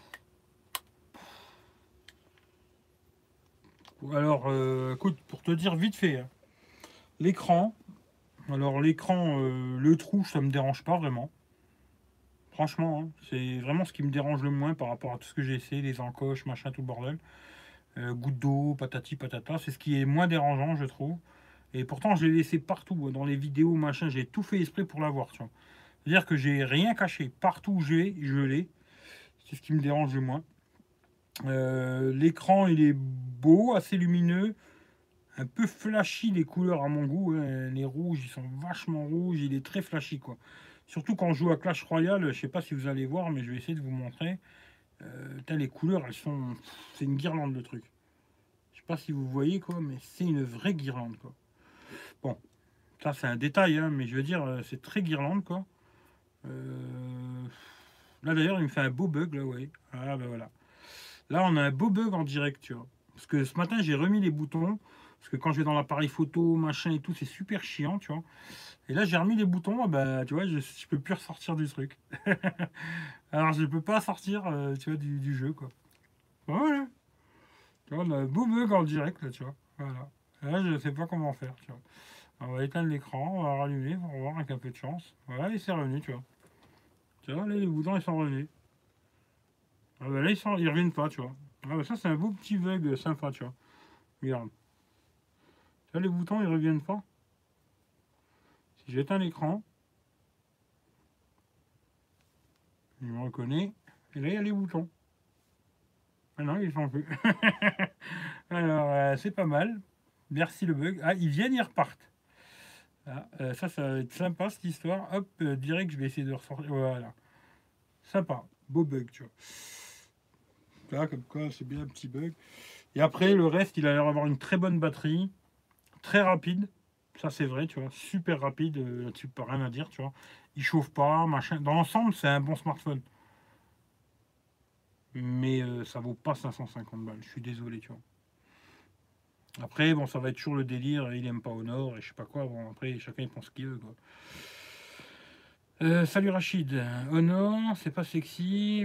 Alors, écoute, pour te dire vite fait, hein, l'écran. Alors, l'écran, le trou, ça me dérange pas vraiment. Franchement, hein, c'est vraiment ce qui me dérange le moins par rapport à tout ce que j'ai essayé, les encoches, machin, tout le bordel. Goutte d'eau, patati patata, c'est ce qui est moins dérangeant, je trouve. Et pourtant, je l'ai laissé partout, dans les vidéos, machin, j'ai tout fait exprès pour l'avoir, tu vois. C'est-à-dire que j'ai rien caché. Partout où je l'ai. C'est ce qui me dérange le moins. L'écran, il est beau, assez lumineux, un peu flashy les couleurs à mon goût. Hein. Les rouges, ils sont vachement rouges, il est très flashy, quoi. Surtout quand je joue à Clash Royale, je sais pas si vous allez voir, mais je vais essayer de vous montrer. Les couleurs, elles sont. C'est une guirlande de trucs. Je sais pas si vous voyez, quoi, mais c'est une vraie guirlande, quoi. Bon, ça c'est un détail, hein, mais je veux dire, c'est très guirlande, quoi. Là d'ailleurs, il me fait un beau bug, là, ouais. Ah ben voilà. Là, on a un beau bug en direct, tu vois. Parce que ce matin, j'ai remis les boutons. Parce que quand je vais dans l'appareil photo, machin et tout, c'est super chiant, tu vois. Et là, j'ai remis les boutons, ah bah, tu vois, je peux plus ressortir du truc. Alors, je peux pas sortir, tu vois, du jeu, quoi. Voilà. Tu vois, on a un beau bug en direct, là, tu vois. Voilà. Et là, je sais pas comment faire, tu vois. On va éteindre l'écran, on va rallumer, on va voir avec un peu de chance. Voilà, et c'est revenu, tu vois. Tu vois, là, les boutons, ils sont revenus. Ah bah là, ils reviennent pas, tu vois. Ah bah ça, c'est un beau petit bug sympa, tu vois. Regarde. Tu vois, les boutons, ils reviennent pas. Si j'éteins l'écran, il me reconnaît. Et là, il y a les boutons. Ah non, ils sont plus. Alors, c'est pas mal. Merci le bug. Ah, ils viennent, ils repartent. Ah, ça va être sympa cette histoire. Hop, direct, je vais essayer de ressortir. Voilà. Sympa. Beau bug, tu vois. Là, comme quoi, c'est bien un petit bug. Et après, le reste, il a l'air d'avoir une très bonne batterie. Très rapide. Ça, c'est vrai, tu vois. Super rapide. Là-dessus, pas rien à dire, tu vois. Il chauffe pas, machin. Dans l'ensemble, c'est un bon smartphone. Mais ça vaut pas 550 balles. Je suis désolé, tu vois. Après, bon, ça va être toujours le délire. Il aime pas Honor et je sais pas quoi. Bon, après, chacun il pense ce qu'il veut, quoi. Salut Rachid. Honor, c'est pas sexy,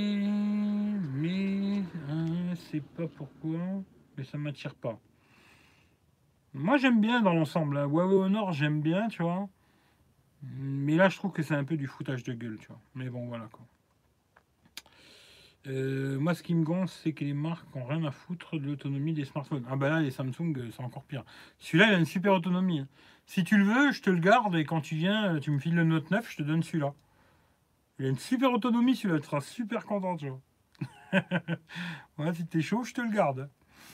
mais, c'est pas pourquoi, mais ça m'attire pas. Moi, j'aime bien dans l'ensemble, hein. Huawei Honor, j'aime bien, tu vois. Mais là, je trouve que c'est un peu du foutage de gueule, tu vois. Mais bon, voilà, quoi. Moi, ce qui me gonfle, c'est que les marques ont rien à foutre de l'autonomie des smartphones. Ah bah là, les Samsung, c'est encore pire. Celui-là, il a une super autonomie, hein. Si tu le veux, je te le garde et quand tu viens, tu me files le Note 9, je te donne celui-là. Il a une super autonomie, celui-là, tu seras super content, tu vois. Ouais, si t'es chaud, je te le garde.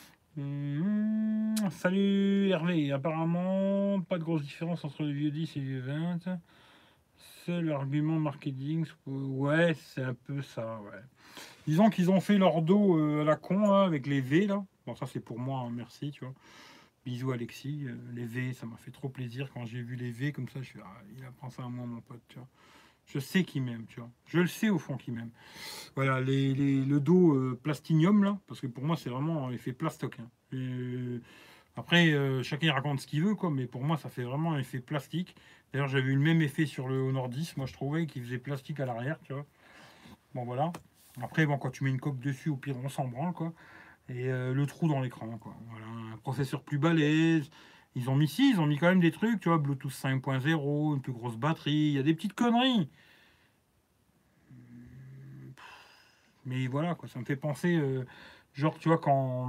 Salut Hervé, apparemment, pas de grosse différence entre le vieux 10 et le vieux 20. Seul argument marketing, ouais, c'est un peu ça, ouais. Disons qu'ils ont fait leur dos à la con là, avec les V là. Bon, ça c'est pour moi, hein, merci, tu vois. Bisous Alexis. Les V, ça m'a fait trop plaisir quand j'ai vu les V comme ça. Je suis, ah, il a pensé à moi, mon pote, tu vois. Je sais qu'il m'aime, tu vois. Je le sais au fond qu'il m'aime. Voilà, le dos plastinium là, parce que pour moi c'est vraiment effet plastoc, hein. Après, chacun il raconte ce qu'il veut, quoi, mais pour moi ça fait vraiment un effet plastique. D'ailleurs, j'avais eu le même effet sur le Honor 10, moi je trouvais qu'il faisait plastique à l'arrière, tu vois. Bon, voilà. Après, bon, quand tu mets une coque dessus, au pire, on s'en branle, quoi. Et le trou dans l'écran, quoi. Voilà, un processeur plus balèze. Ils ont mis quand même des trucs, tu vois, Bluetooth 5.0, une plus grosse batterie, il y a des petites conneries. Mais voilà, quoi, ça me fait penser, genre, tu vois,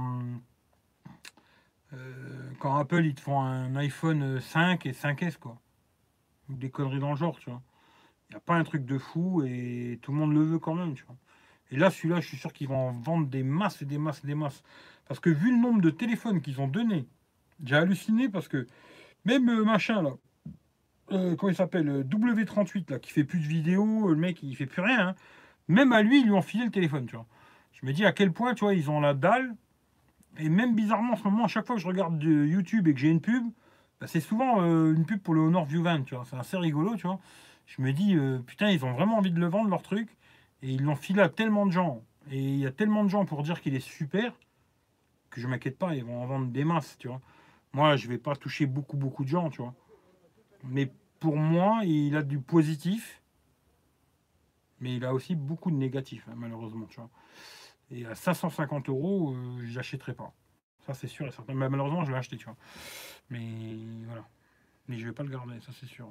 quand Apple, ils te font un iPhone 5 et 5S, quoi. Ou des conneries dans le genre, tu vois. Il n'y a pas un truc de fou et tout le monde le veut quand même, tu vois. Et là, celui-là, je suis sûr qu'ils vont en vendre des masses et des masses et des masses. Parce que vu le nombre de téléphones qu'ils ont donné, j'ai halluciné parce que même machin là, comment il s'appelle, W38 là, qui fait plus de vidéos, le mec il fait plus rien, hein. Même à lui, ils lui ont filé le téléphone, tu vois. Je me dis à quel point, tu vois, ils ont la dalle. Et même bizarrement, en ce moment, à chaque fois que je regarde de YouTube et que j'ai une pub, bah, c'est souvent une pub pour le Honor View 20, tu vois. C'est assez rigolo, tu vois. Je me dis, putain, ils ont vraiment envie de le vendre, leur truc. Et ils l'ont filé à tellement de gens. Et il y a tellement de gens pour dire qu'il est super que je m'inquiète pas, ils vont en vendre des masses, tu vois. Moi, je vais pas toucher beaucoup, beaucoup de gens, tu vois. Mais pour moi, il a du positif, mais il a aussi beaucoup de négatif, hein, malheureusement, tu vois. Et à 550 euros, je l'achèterai pas. Ça, c'est sûr et certain. Mais malheureusement, je l'ai acheté, tu vois. Mais voilà. Mais je vais pas le garder, ça, c'est sûr.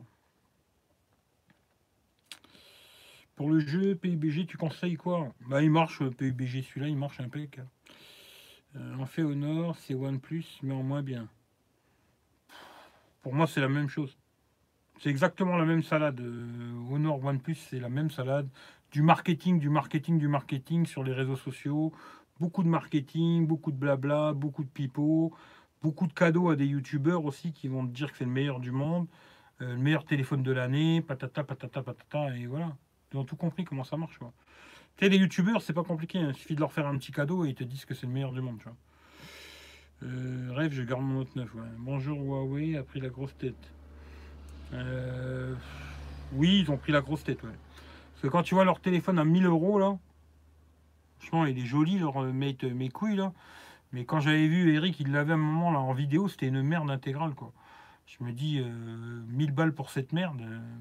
Pour le jeu PUBG, tu conseilles quoi? Bah, il marche, PUBG, celui-là, il marche impeccable. En fait, au nord, c'est OnePlus, mais en moins bien. Pour moi, c'est la même chose. C'est exactement la même salade. Honor OnePlus, c'est la même salade. Du marketing, du marketing, du marketing sur les réseaux sociaux. Beaucoup de marketing, beaucoup de blabla, beaucoup de pipeaux, beaucoup de cadeaux à des youtubeurs aussi qui vont te dire que c'est le meilleur du monde, le meilleur téléphone de l'année, patata, patata, patata, et voilà. Ils ont tout compris comment ça marche, quoi. Tu sais, les youtubeurs, c'est pas compliqué, hein. Il suffit de leur faire un petit cadeau et ils te disent que c'est le meilleur du monde, tu vois. Rêve, je garde mon Note 9, ouais. Bonjour Huawei a pris la grosse tête. Euh, oui, ils ont pris la grosse tête, ouais. Parce que quand tu vois leur téléphone à 1000 euros, là, franchement, il est joli, leur mate, mes couilles, là. Mais quand j'avais vu Eric, il l'avait à un moment, là, en vidéo, c'était une merde intégrale, quoi. Je me dis, 1000 balles pour cette merde.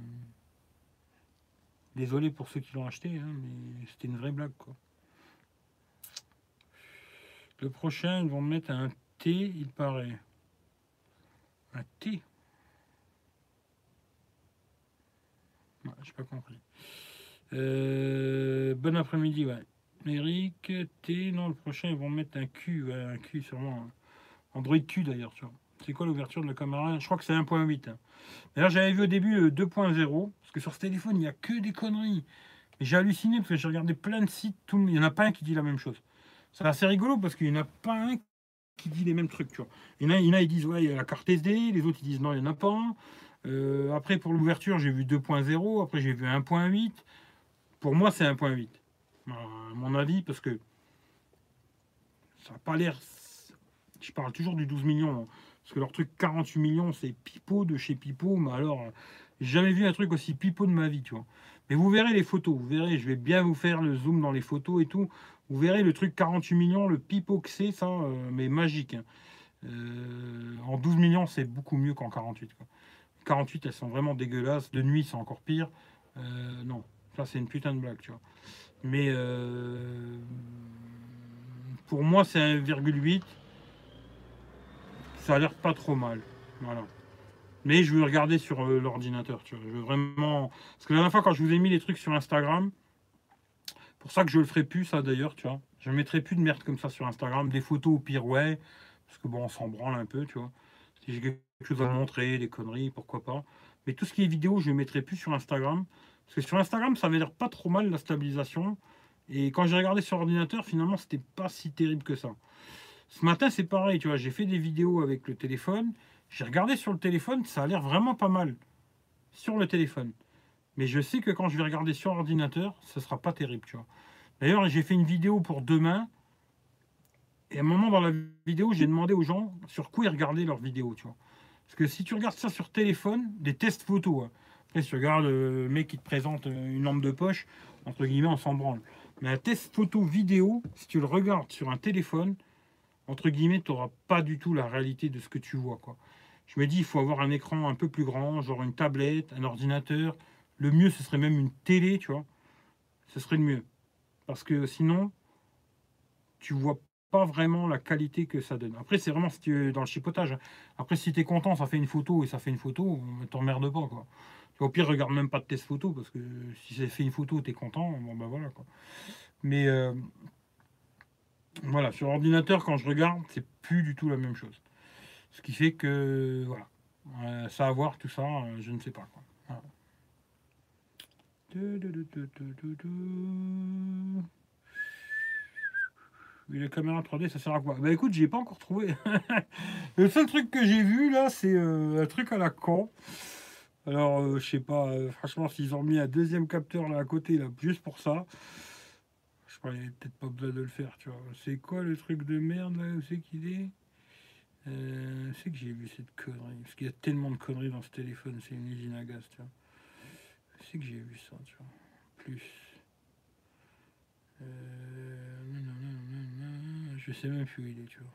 Désolé pour ceux qui l'ont acheté, hein, mais c'était une vraie blague, quoi. Le prochain, ils vont mettre un T, il paraît. Un T? Ouais, j'ai pas compris. Bon après-midi, ouais. Eric, T, non, le prochain, ils vont mettre un Q, ouais, un Q sûrement, hein. Android Q d'ailleurs, tu vois. C'est quoi l'ouverture de la caméra? Je crois que c'est 1.8, hein. D'ailleurs, j'avais vu au début 2.0, parce que sur ce téléphone, il n'y a que des conneries. Mais j'ai halluciné parce que j'ai regardé plein de sites, il n'y en a pas un qui dit la même chose. C'est assez rigolo parce qu'il n'y en a pas un qui dit les mêmes trucs, tu vois. Il y en a, ils disent, ouais, il y a la carte SD, les autres, ils disent, non, il n'y en a pas. Après, pour l'ouverture, j'ai vu 2.0. Après, j'ai vu 1.8. Pour moi, c'est 1.8. À mon avis, parce que ça n'a pas l'air... Je parle toujours du 12 millions. Hein, parce que leur truc 48 millions, c'est pipeau de chez Pipeau. Mais alors, j'ai jamais vu un truc aussi pipeau de ma vie, tu vois. Mais vous verrez les photos. Vous verrez, je vais bien vous faire le zoom dans les photos et tout. Vous verrez le truc 48 millions, le pipeau que c'est, ça, mais magique. Hein. En 12 millions, c'est beaucoup mieux qu'en 48. Quoi. 48, elles sont vraiment dégueulasses. De nuit, c'est encore pire. Non, ça, c'est une putain de blague, tu vois. Mais pour moi, c'est 1,8. Ça a l'air pas trop mal. Voilà. Mais je veux regarder sur l'ordinateur, tu vois. Je veux vraiment... Parce que la dernière fois, quand je vous ai mis les trucs sur Instagram, pour ça que je le ferai plus, ça, d'ailleurs, tu vois. Je ne mettrai plus de merde comme ça sur Instagram. Des photos, au pire, ouais. Parce que bon, on s'en branle un peu, tu vois. Si j'ai quelque chose à montrer, des conneries, pourquoi pas. Mais tout ce qui est vidéo, je ne mettrai plus sur Instagram. Parce que sur Instagram, ça avait l'air pas trop mal, la stabilisation. Et quand j'ai regardé sur ordinateur, finalement, c'était pas si terrible que ça. Ce matin, c'est pareil, tu vois, j'ai fait des vidéos avec le téléphone. J'ai regardé sur le téléphone, ça a l'air vraiment pas mal sur le téléphone. Mais je sais que quand je vais regarder sur ordinateur, ce sera pas terrible, tu vois. D'ailleurs, j'ai fait une vidéo pour demain. Et à un moment dans la vidéo, j'ai demandé aux gens sur quoi ils regardaient leurs vidéos, tu vois. Parce que si tu regardes ça sur téléphone, des tests photos, hein. Après, si tu regardes le mec qui te présente une lampe de poche, entre guillemets, on s'en branle. Mais un test photo vidéo, si tu le regardes sur un téléphone, entre guillemets, tu n'auras pas du tout la réalité de ce que tu vois, quoi. Je me dis, il faut avoir un écran un peu plus grand, genre une tablette, un ordinateur. Le mieux, ce serait même une télé, tu vois. Ce serait le mieux. Parce que sinon, tu vois pas vraiment la qualité que ça donne. Après, c'est vraiment si tu es dans le chipotage. Hein. Après, si tu es content, ça fait une photo et ça fait une photo, t'emmerdes pas, quoi. Au pire, regarde même pas de test photo, parce que si ça fait une photo, tu es content, bon ben voilà, quoi. Mais voilà, sur ordinateur, quand je regarde, c'est plus du tout la même chose. Ce qui fait que, voilà, ça à voir, tout ça, je ne sais pas, quoi. Voilà. Mais la caméra 3D, ça sert à quoi? Bah écoute, j'y ai pas encore trouvé. Le seul truc que j'ai vu là, c'est un truc à la con. Alors, je sais pas, franchement, s'ils ont mis un deuxième capteur là à côté, là, juste pour ça, je crois qu'il n'y avait peut-être pas besoin de le faire, tu vois. C'est quoi le truc de merde là? Où c'est qu'il est? C'est que j'ai vu cette connerie. Parce qu'il y a tellement de conneries dans ce téléphone, c'est une usine à gaz, tu vois. C'est que j'ai vu ça, tu vois. Plus. Je sais même plus où il est, tu vois.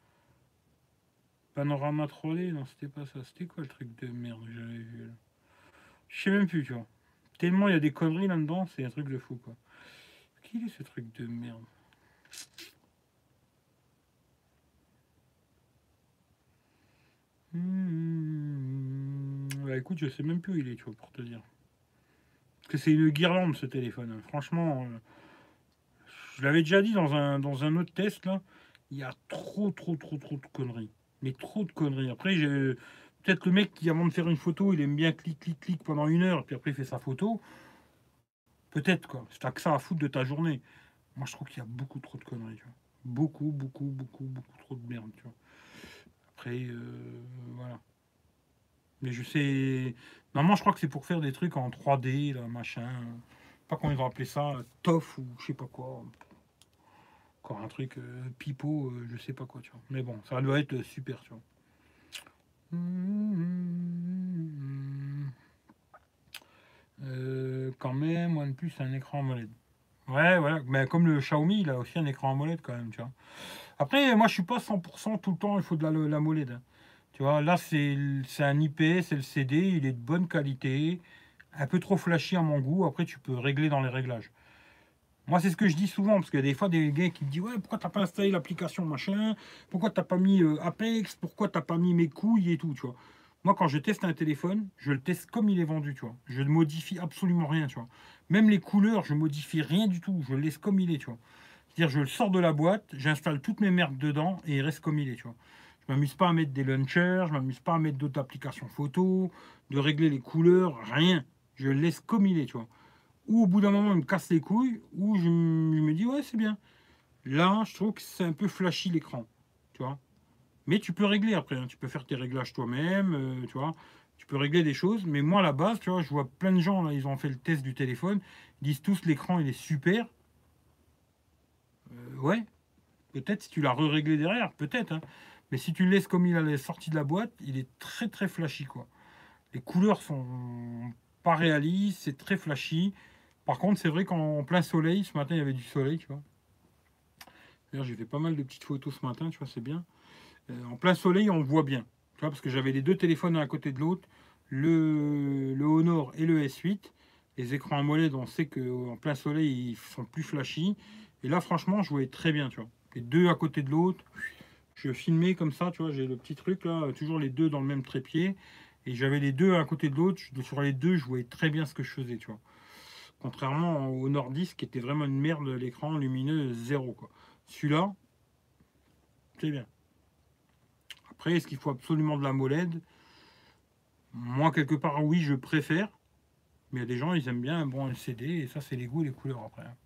Panorama 3D, non, c'était pas ça. C'était quoi le truc de merde que j'avais vu là? Je sais même plus, tu vois. Tellement il y a des conneries là-dedans, c'est un truc de fou, quoi. Qui est ce truc de merde? Bah écoute, je sais même plus où il est, tu vois, pour te dire. Parce que c'est une guirlande ce téléphone. Hein. Franchement, je l'avais déjà dit dans un autre test là, il y a trop de conneries. Mais trop de conneries. Après, j'ai peut-être le mec qui avant de faire une photo, il aime bien clic pendant 1 heure, puis après il fait sa photo. Peut-être quoi. C'est t'as que ça à foutre de ta journée. Moi, je trouve qu'il y a beaucoup trop de conneries. Tu vois. Beaucoup trop de merde. Tu vois. Après, voilà. Mais je sais. Normalement, je crois que c'est pour faire des trucs en 3D, là, machin. Pas comment ils ont appelé ça, TOF ou je sais pas quoi. Encore un truc pipeau, je sais pas quoi, tu vois. Mais bon, ça doit être super, tu vois. Quand même, OnePlus a un écran AMOLED. Ouais, voilà. Mais comme le Xiaomi, il a aussi un écran AMOLED quand même, tu vois. Après, moi, je suis pas 100% tout le temps, il faut de la AMOLED. Hein. Tu vois, là, c'est un IPS LCD, il est de bonne qualité, un peu trop flashy à mon goût. Après, tu peux régler dans les réglages. Moi, c'est ce que je dis souvent, parce qu'il y a des fois des gars qui me disent ouais, pourquoi t'as pas installé l'application machin, pourquoi t'as pas mis Apex, pourquoi t'as pas mis mes couilles et tout, tu vois. Moi, quand je teste un téléphone, je le teste comme il est vendu, tu vois. Je ne modifie absolument rien, tu vois. Même les couleurs, je modifie rien du tout, je le laisse comme il est, tu vois. C'est-à-dire, je le sors de la boîte, j'installe toutes mes merdes dedans et il reste comme il est, tu vois. Je m'amuse pas à mettre des launchers, je m'amuse pas à mettre d'autres applications photo, de régler les couleurs, rien. Je le laisse comme il est, tu vois. Ou au bout d'un moment, il me casse les couilles, ou je me dis, ouais, c'est bien. Là, je trouve que c'est un peu flashy l'écran, tu vois. Mais tu peux régler après, hein. Tu peux faire tes réglages toi-même, tu vois. Tu peux régler des choses, mais moi, à la base, tu vois, je vois plein de gens, là, ils ont fait le test du téléphone, ils disent tous l'écran, il est super. Ouais, peut-être si tu l'as re-réglé derrière, peut-être, hein. Mais si tu le laisses comme il est sorti de la boîte, il est très très flashy, quoi. Les couleurs sont pas réalistes, c'est très flashy. Par contre, c'est vrai qu'en plein soleil, ce matin, il y avait du soleil, tu vois. D'ailleurs, j'ai fait pas mal de petites photos ce matin, tu vois, c'est bien. En plein soleil, on voit bien. Tu vois, parce que j'avais les deux téléphones l'un à côté de l'autre, le Honor et le S8. Les écrans AMOLED, on sait qu'en plein soleil, ils sont plus flashy. Et là, franchement, je voyais très bien, tu vois. Les deux à côté de l'autre. Je filmais comme ça, tu vois, j'ai le petit truc là, toujours les deux dans le même trépied. Et j'avais les deux à côté de l'autre. Sur les deux, je voyais très bien ce que je faisais, tu vois. Contrairement au Nord 10 qui était vraiment une merde, l'écran lumineux zéro, quoi. Celui-là, c'est bien. Après, est-ce qu'il faut absolument de la MOLED? Moi, quelque part, oui, je préfère. Mais il y a des gens, ils aiment bien un bon LCD. Et ça, c'est les goûts et les couleurs après, hein.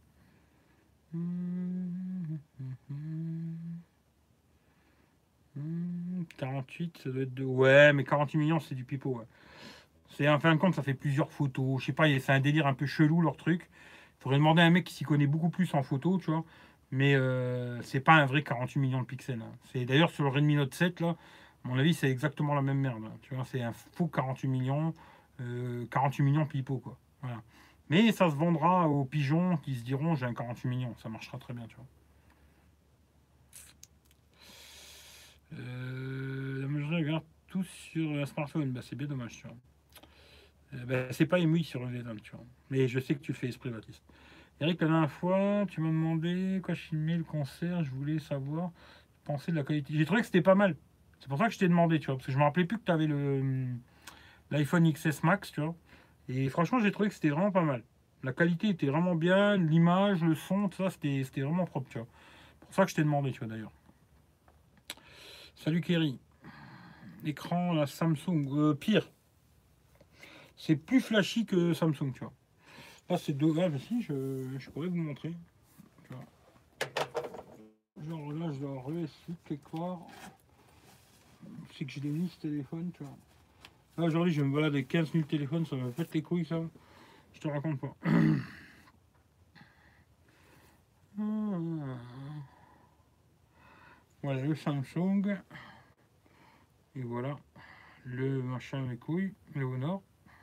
48, ça doit être de... Ouais, mais 48 millions, c'est du pipeau, ouais. C'est en fin de compte, ça fait plusieurs photos. Je sais pas, c'est un délire un peu chelou leur truc. Il faudrait demander à un mec qui s'y connaît beaucoup plus en photo, tu vois. Mais c'est pas un vrai 48 millions de pixels, hein. C'est d'ailleurs sur le Redmi Note 7 là, à mon avis, c'est exactement la même merde, hein. Tu vois, c'est un faux 48 millions, 48 millions pipeau quoi. Voilà. Mais ça se vendra aux pigeons qui se diront j'ai un 48 millions, ça marchera très bien, tu vois. Je regarde tout sur un smartphone, bah, c'est bien dommage, tu vois. Bah, c'est pas émouille sur le V20, tu vois. Mais je sais que tu fais esprit Baptiste. Eric, la dernière fois, tu m'as demandé quand je filmais le concert, je voulais savoir, penser de la qualité. J'ai trouvé que c'était pas mal. C'est pour ça que je t'ai demandé, tu vois, parce que je me rappelais plus que tu avais l'iPhone XS Max, tu vois. Et franchement, j'ai trouvé que c'était vraiment pas mal. La qualité était vraiment bien, l'image, le son, tout ça, c'était vraiment propre, tu vois. C'est pour ça que je t'ai demandé, tu vois, d'ailleurs. Salut Kerry. Écran, la Samsung. Pire. C'est plus flashy que Samsung, tu vois. Là, c'est deux. Ah, bah si, je pourrais vous montrer. Tu vois. Genre là, je dois re-essayer quelque part. C'est que je l'ai mis ce téléphone, tu vois. Là, aujourd'hui, je me balade avec 15 000 téléphones, ça me pète les couilles, ça. Je te raconte pas. Voilà le Samsung. Et voilà le machin mes couilles, le Honor.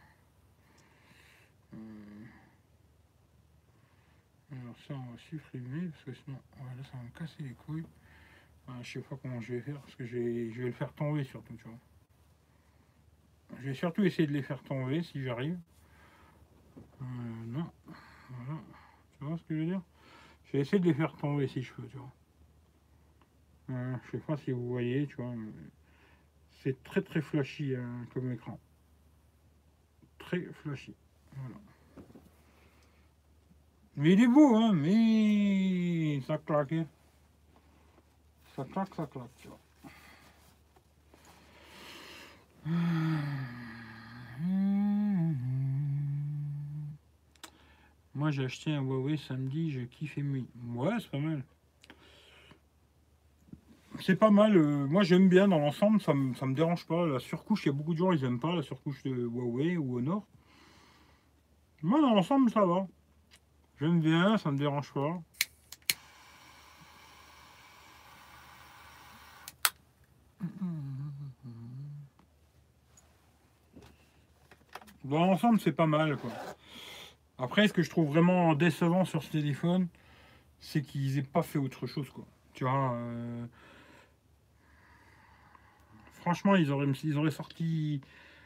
Alors ça, on va supprimer, parce que sinon, voilà, ça va me casser les couilles. Voilà, je sais pas comment je vais faire, parce que je vais le faire tomber surtout, tu vois. Je vais surtout essayer de les faire tomber si j'arrive. Non, voilà. Tu vois ce que je veux dire? Je vais essayer de les faire tomber si je peux, tu vois. Je sais pas si vous voyez, tu vois. C'est très très flashy hein, comme écran. Très flashy. Voilà. Mais il est beau, hein, mais ça claque, hein. Ça claque, tu vois. Moi j'ai acheté un Huawei samedi, je kiffe MUI. Ouais, c'est pas mal. C'est pas mal. Moi j'aime bien dans l'ensemble, ça me dérange pas. La surcouche, il y a beaucoup de gens ils aiment pas la surcouche de Huawei ou Honor. Moi dans l'ensemble ça va. J'aime bien, ça me dérange pas. Dans l'ensemble c'est pas mal quoi. Après ce que je trouve vraiment décevant sur ce téléphone, c'est qu'ils aient pas fait autre chose quoi. Tu vois, franchement ils auraient sorti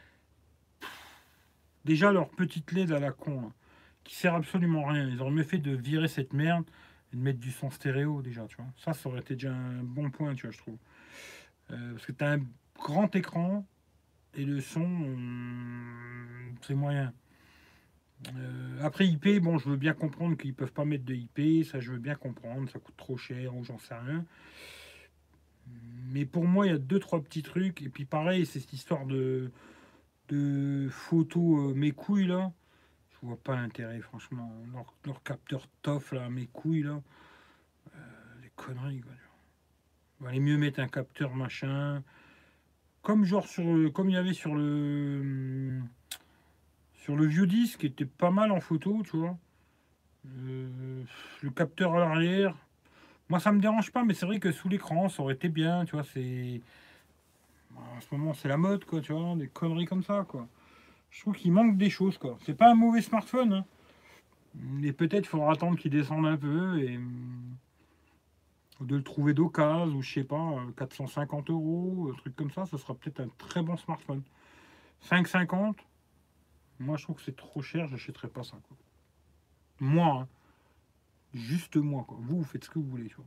déjà leur petite LED à la con, hein, qui sert absolument à rien. Ils auraient mieux fait de virer cette merde et de mettre du son stéréo déjà, tu vois. Ça aurait été déjà un bon point, tu vois, je trouve. Parce que tu as un grand écran et le son, c'est moyen. Après IP, bon, je veux bien comprendre qu'ils peuvent pas mettre de IP, ça je veux bien comprendre, ça coûte trop cher ou j'en sais rien. Mais pour moi, il y a deux, trois petits trucs. Et puis pareil, c'est cette histoire de photos mes couilles là. Je vois pas l'intérêt, franchement. Leur capteur TOF, là, mes couilles, là. Des conneries, quoi. Il valait mieux mettre un capteur machin. comme genre comme il y avait sur le vieux disque, qui était pas mal en photo, tu vois. Le capteur à l'arrière, moi ça me dérange pas, mais c'est vrai que sous l'écran, ça aurait été bien, tu vois. C'est en ce moment c'est la mode, quoi, tu vois, des conneries comme ça, quoi. Je trouve qu'il manque des choses, quoi. C'est pas un mauvais smartphone, hein. Mais peut-être il faudra attendre qu'il descende un peu et de le trouver d'occasion ou je sais pas, 450 euros, un truc comme ça sera peut-être un très bon smartphone. 5,50, moi je trouve que c'est trop cher, j'achèterais pas ça, quoi. Moi, hein, juste moi, quoi. Vous faites ce que vous voulez, tu vois.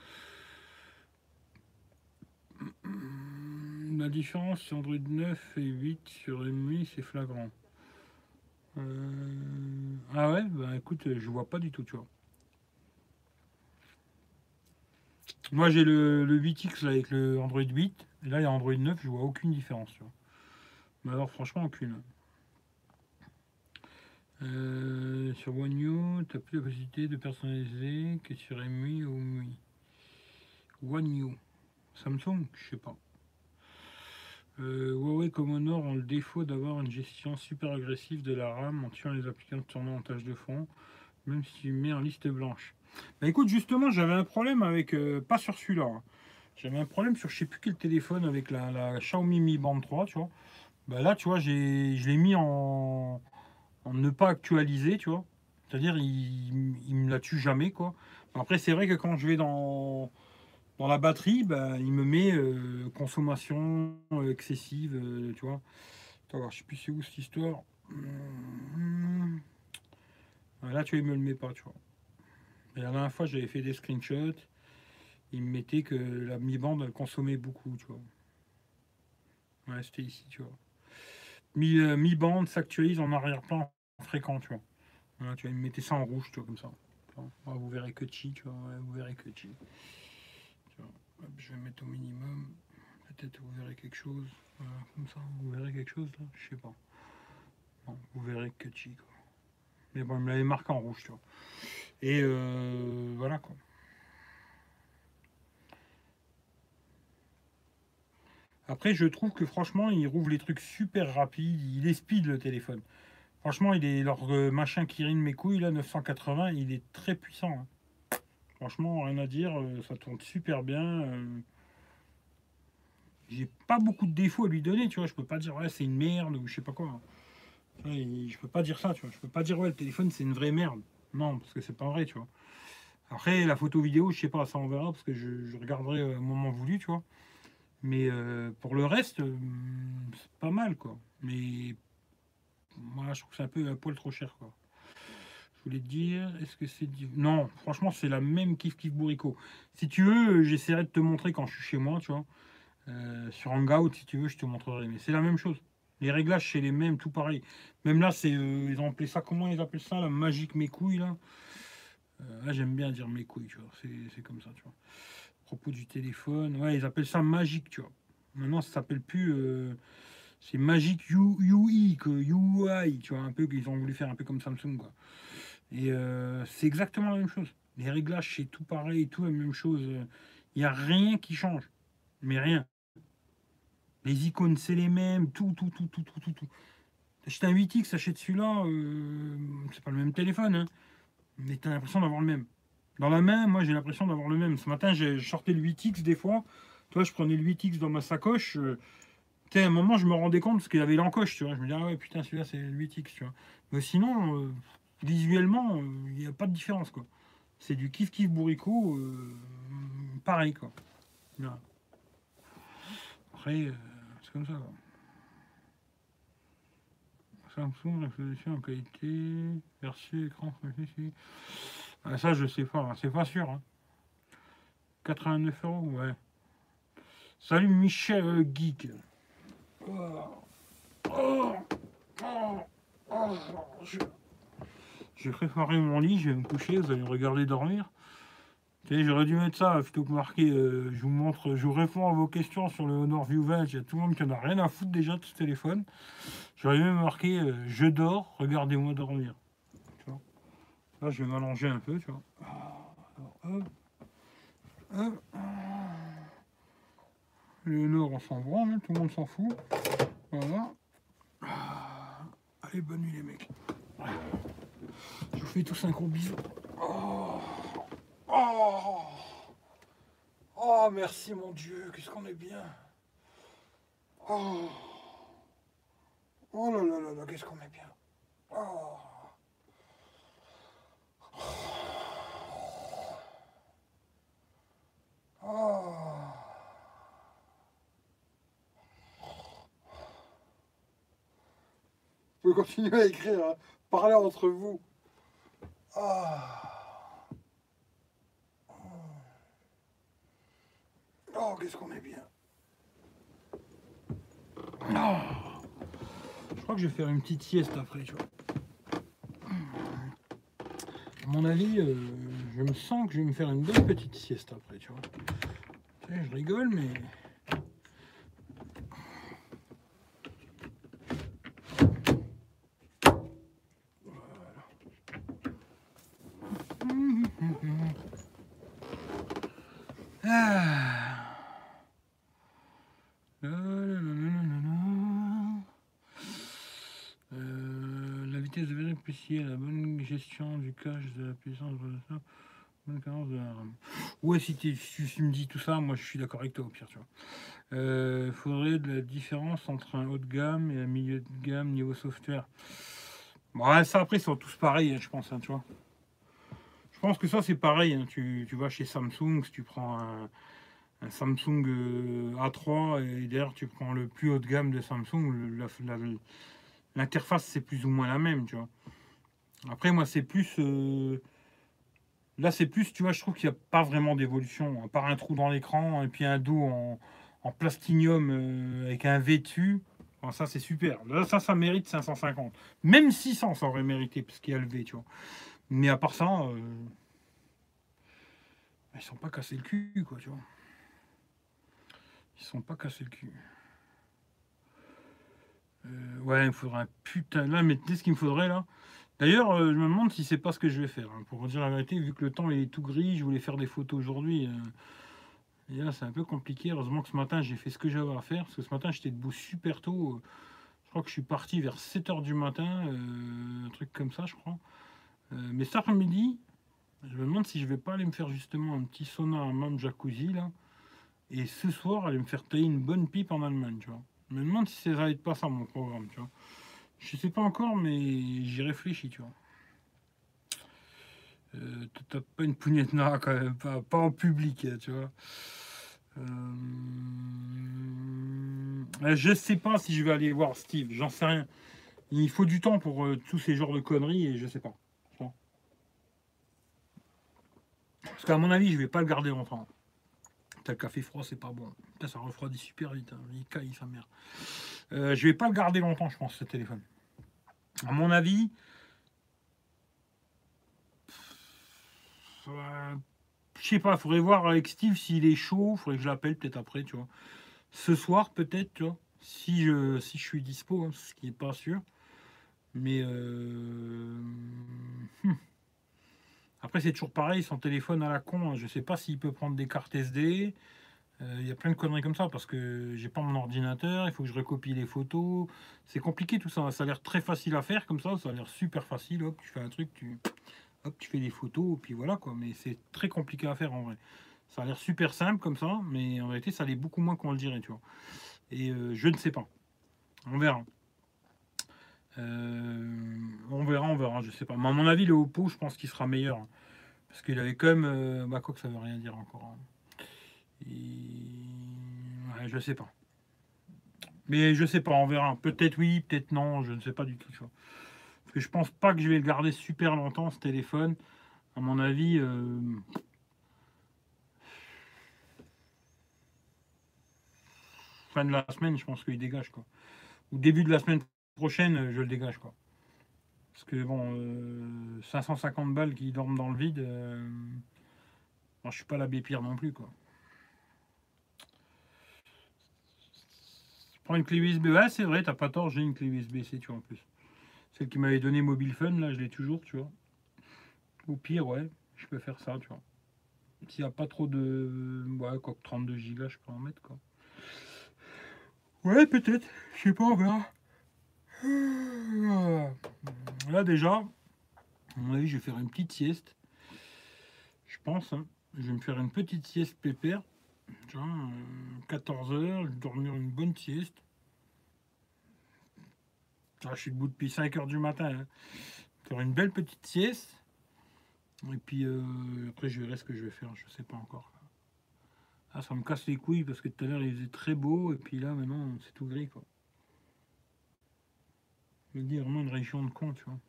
La différence sur Android 9 et 8 sur MUI, c'est flagrant. Ah ouais, bah écoute, je vois pas du tout, tu vois. Moi j'ai le 8X là, avec le Android 8, et là il y a Android 9, je vois aucune différence, tu vois. Mais alors franchement aucune. Sur One U, tu n'as plus la possibilité de personnaliser que sur MUI ou MUI. One U. Samsung, je sais pas. Huawei comme Honor ont le défaut d'avoir une gestion super agressive de la RAM en tuant les applications tournant en tâche de fond, même si tu mets en liste blanche. Bah écoute, justement, j'avais un problème avec, pas sur celui-là, hein. J'avais un problème sur je sais plus quel téléphone avec la Xiaomi Mi Band 3, tu vois. Bah là, tu vois, je l'ai mis en ne pas actualiser, tu vois. C'est-à-dire, il me la tue jamais, quoi. Après, c'est vrai que quand je vais dans la batterie, bah, il me met consommation excessive, tu vois. Attends, alors, je sais plus c'est où cette histoire. Ah, là, tu vois, il me le met pas, tu vois. Et la dernière fois, j'avais fait des screenshots. Il me mettait que la mi-bande, elle consommait beaucoup, tu vois. Ouais, c'était ici, tu vois. Mi-bande s'actualise en arrière-plan fréquent, tu vois. Voilà, tu vois, il me mettait ça en rouge, tu vois, comme ça. Ah, vous verrez que chi, tu vois. Ouais, vous verrez que chi. Tu vois. Hop, je vais mettre au minimum. Peut-être vous verrez quelque chose. Voilà, comme ça. Vous verrez quelque chose, là. Je sais pas. Bon, vous verrez que chi, quoi. Mais bon, il me l'avait marqué en rouge, tu vois. Et voilà, quoi. Après, je trouve que franchement, il rouvre les trucs super rapides. Il est speed, le téléphone. Franchement, il est leur machin qui rime mes couilles, là, 980, il est très puissant, hein. Franchement, rien à dire, ça tourne super bien. J'ai pas beaucoup de défauts à lui donner, tu vois. Je peux pas dire, ouais, c'est une merde ou je sais pas quoi, hein. Ouais, je peux pas dire ça, tu vois. Je peux pas dire, ouais, le téléphone, c'est une vraie merde. Non, parce que c'est pas vrai, tu vois. Après, la photo vidéo, je sais pas, ça on verra, parce que je regarderai au moment voulu, tu vois. Mais pour le reste, c'est pas mal, quoi. Mais moi, je trouve que c'est un poil trop cher, quoi. Je voulais te dire, est-ce que c'est... Non, franchement, c'est la même kiff bourricot. Si tu veux, j'essaierai de te montrer quand je suis chez moi, tu vois. Sur Hangout, si tu veux, je te montrerai. Mais c'est la même chose. Les réglages, c'est les mêmes, tout pareil. Même là, c'est, ils ont appelé ça, comment ils appellent ça, la magique mes couilles, là. Là, j'aime bien dire mes couilles, tu vois. C'est comme ça, tu vois. À propos du téléphone, ouais, ils appellent ça magique, tu vois. Maintenant, ça s'appelle plus... c'est Magic UI, que UI, tu vois, un peu, qu'ils ont voulu faire un peu comme Samsung, quoi. Et c'est exactement la même chose. Les réglages, c'est tout pareil, tout la même chose. Il n'y a rien qui change. Mais rien. Les icônes, c'est les mêmes, tout. T'achètes un 8X, t'achètes celui-là, c'est pas le même téléphone, hein, mais t'as l'impression d'avoir le même. Dans la main, moi j'ai l'impression d'avoir le même. Ce matin, j'ai sorti le 8X des fois. Toi, je prenais le 8X dans ma sacoche. À un moment, je me rendais compte parce qu'il avait l'encoche, tu vois. Je me disais, ah ouais, putain, celui-là, c'est le 8X, tu vois. Mais sinon, visuellement, il n'y a pas de différence, quoi. C'est du kiff bourricot, pareil, quoi. Voilà. Après, c'est comme ça, quoi. Samsung, résolution en qualité, perçu, écran, ah, ça, je sais pas, hein, c'est pas sûr, hein. 89 euros, ouais. Salut Michel Geek. Oh, oh, oh, oh, je... J'ai préparé mon lit, je vais me coucher, vous allez me regarder dormir. Tu sais, j'aurais dû mettre ça plutôt que marquer, je vous montre, je vous réponds à vos questions sur le Honor View 20. Il y a tout le monde qui en a rien à foutre déjà de ce téléphone. J'aurais même marqué, je dors, regardez-moi dormir. Tu vois. Là, je vais m'allonger un peu, tu vois. Alors, hop, hop. Le Honor s'en voit, hein, tout le monde s'en fout. Voilà. Allez, bonne nuit les mecs. Je vous fais tous un gros bisou. Oh, oh, oh merci mon Dieu, qu'est-ce qu'on est bien. Oh, oh là là là là, qu'est-ce qu'on est bien. Oh. Oh. Vous pouvez continuer à écrire, hein. Parlez entre vous. Ah. Oh, qu'est-ce qu'on est bien. Oh. Je crois que je vais faire une petite sieste après, tu vois. À mon avis, je me sens que je vais me faire une belle petite sieste après, tu vois. Tu sais, je rigole, mais... Ah. La vitesse de vérifier, la bonne gestion du cache, de la puissance de la bonne carence de la RAM. Ouais, si tu me dis tout ça, moi je suis d'accord avec toi au pire, tu vois. Faudrait de la différence entre un haut de gamme et un milieu de gamme niveau software. Bon, ouais, ça après, ils sont tous pareils, hein, je pense, hein, tu vois. Je pense que ça c'est pareil, hein. Tu vas chez Samsung, si tu prends un Samsung A3 et derrière tu prends le plus haut de gamme de Samsung, l'interface c'est plus ou moins la même, tu vois. Après moi c'est plus là c'est plus, tu vois, je trouve qu'il n'y a pas vraiment d'évolution, à part un trou dans l'écran et puis un dos en plastinium avec un V dessus. Bon, ça c'est super, là ça mérite 550, même 600 ça aurait mérité parce qu'il y a le V, tu vois. Mais à part ça ils sont pas cassés le cul, quoi, tu vois. Ils sont pas cassés le cul. Ouais, il me faudrait un putain. Là, mais tu sais ce qu'il me faudrait là. D'ailleurs, je me demande si c'est pas ce que je vais faire, hein. Pour dire la vérité, vu que le temps est tout gris, je voulais faire des photos aujourd'hui. Et là, c'est un peu compliqué. Heureusement que ce matin, j'ai fait ce que j'avais à faire. Parce que ce matin, j'étais debout super tôt. Je crois que je suis parti vers 7 h du matin. Un truc comme ça, je crois. Mais cet après-midi, je me demande si je vais pas aller me faire justement un petit sauna, un même jacuzzi là. Et ce soir, aller me faire tailler une bonne pipe en Allemagne, tu vois. Je me demande si ça va être pas ça mon programme, tu vois. Je sais pas encore, mais j'y réfléchis, tu vois. T'as pas une pougnette noire quand même, pas en public, tu vois. Je sais pas si je vais aller voir Steve, j'en sais rien. Il faut du temps pour tous ces genres de conneries et je sais pas. Parce qu'à mon avis, je vais pas le garder longtemps. T'as le café froid, c'est pas bon. Putain, ça refroidit super vite, hein. Il caille sa mère. Je vais pas le garder longtemps, je pense, ce téléphone. À mon avis, je sais pas, faudrait voir avec Steve s'il est chaud, faudrait que je l'appelle peut-être après, tu vois. Ce soir, peut-être, tu vois, si je suis dispo, hein, ce qui n'est pas sûr. Mais après, c'est toujours pareil, son téléphone à la con, hein. Je sais pas s'il peut prendre des cartes SD. Il y a plein de conneries comme ça parce que j'ai pas mon ordinateur, il faut que je recopie les photos. C'est compliqué tout ça. Ça a l'air très facile à faire comme ça a l'air super facile. Hop, tu fais un truc, hop, tu fais des photos, puis voilà quoi. Mais c'est très compliqué à faire en vrai. Ça a l'air super simple comme ça, mais en réalité, ça l'est beaucoup moins qu'on le dirait, tu vois. Et je ne sais pas. On verra. On verra, je sais pas. Mais à mon avis, le Oppo, je pense qu'il sera meilleur, hein. Parce qu'il avait quand même. Bah, quoi que ça veut rien dire encore, hein. Ouais, je sais pas. Mais je sais pas, on verra. Peut-être oui, peut-être non, je ne sais pas du tout, tu vois. Parce que je pense pas que je vais le garder super longtemps, ce téléphone. À mon avis, fin de la semaine, je pense qu'il dégage, quoi. Ou début de la semaine prochaine, je le dégage, quoi. Parce que bon, 550 balles qui dorment dans le vide, je suis pas l'abbé Pierre non plus, quoi. Je prends une clé USB, ouais, c'est vrai, t'as pas tort, j'ai une clé USB-C, tu vois, en plus. Celle qui m'avait donné Mobile Fun, là, je l'ai toujours, tu vois. Au pire, ouais, je peux faire ça, tu vois. S'il n'y a pas trop de... Ouais, quoi que 32 Go, je peux en mettre, quoi. Ouais, peut-être. Je sais pas, on verra. Là, déjà, à mon avis, je vais faire une petite sieste. Je pense, hein. Je vais me faire une petite sieste pépère. Tu vois, 14 heures, je vais dormir une bonne sieste. Ah, je suis debout depuis 5 heures du matin, hein. Faire une belle petite sieste. Et puis après, je verrai ce que je vais faire. Je sais pas encore. Ah, ça me casse les couilles parce que tout à l'heure, il faisait très beau. Et puis là, maintenant, c'est tout gris, quoi. Je me dis vraiment une région de con, tu vois.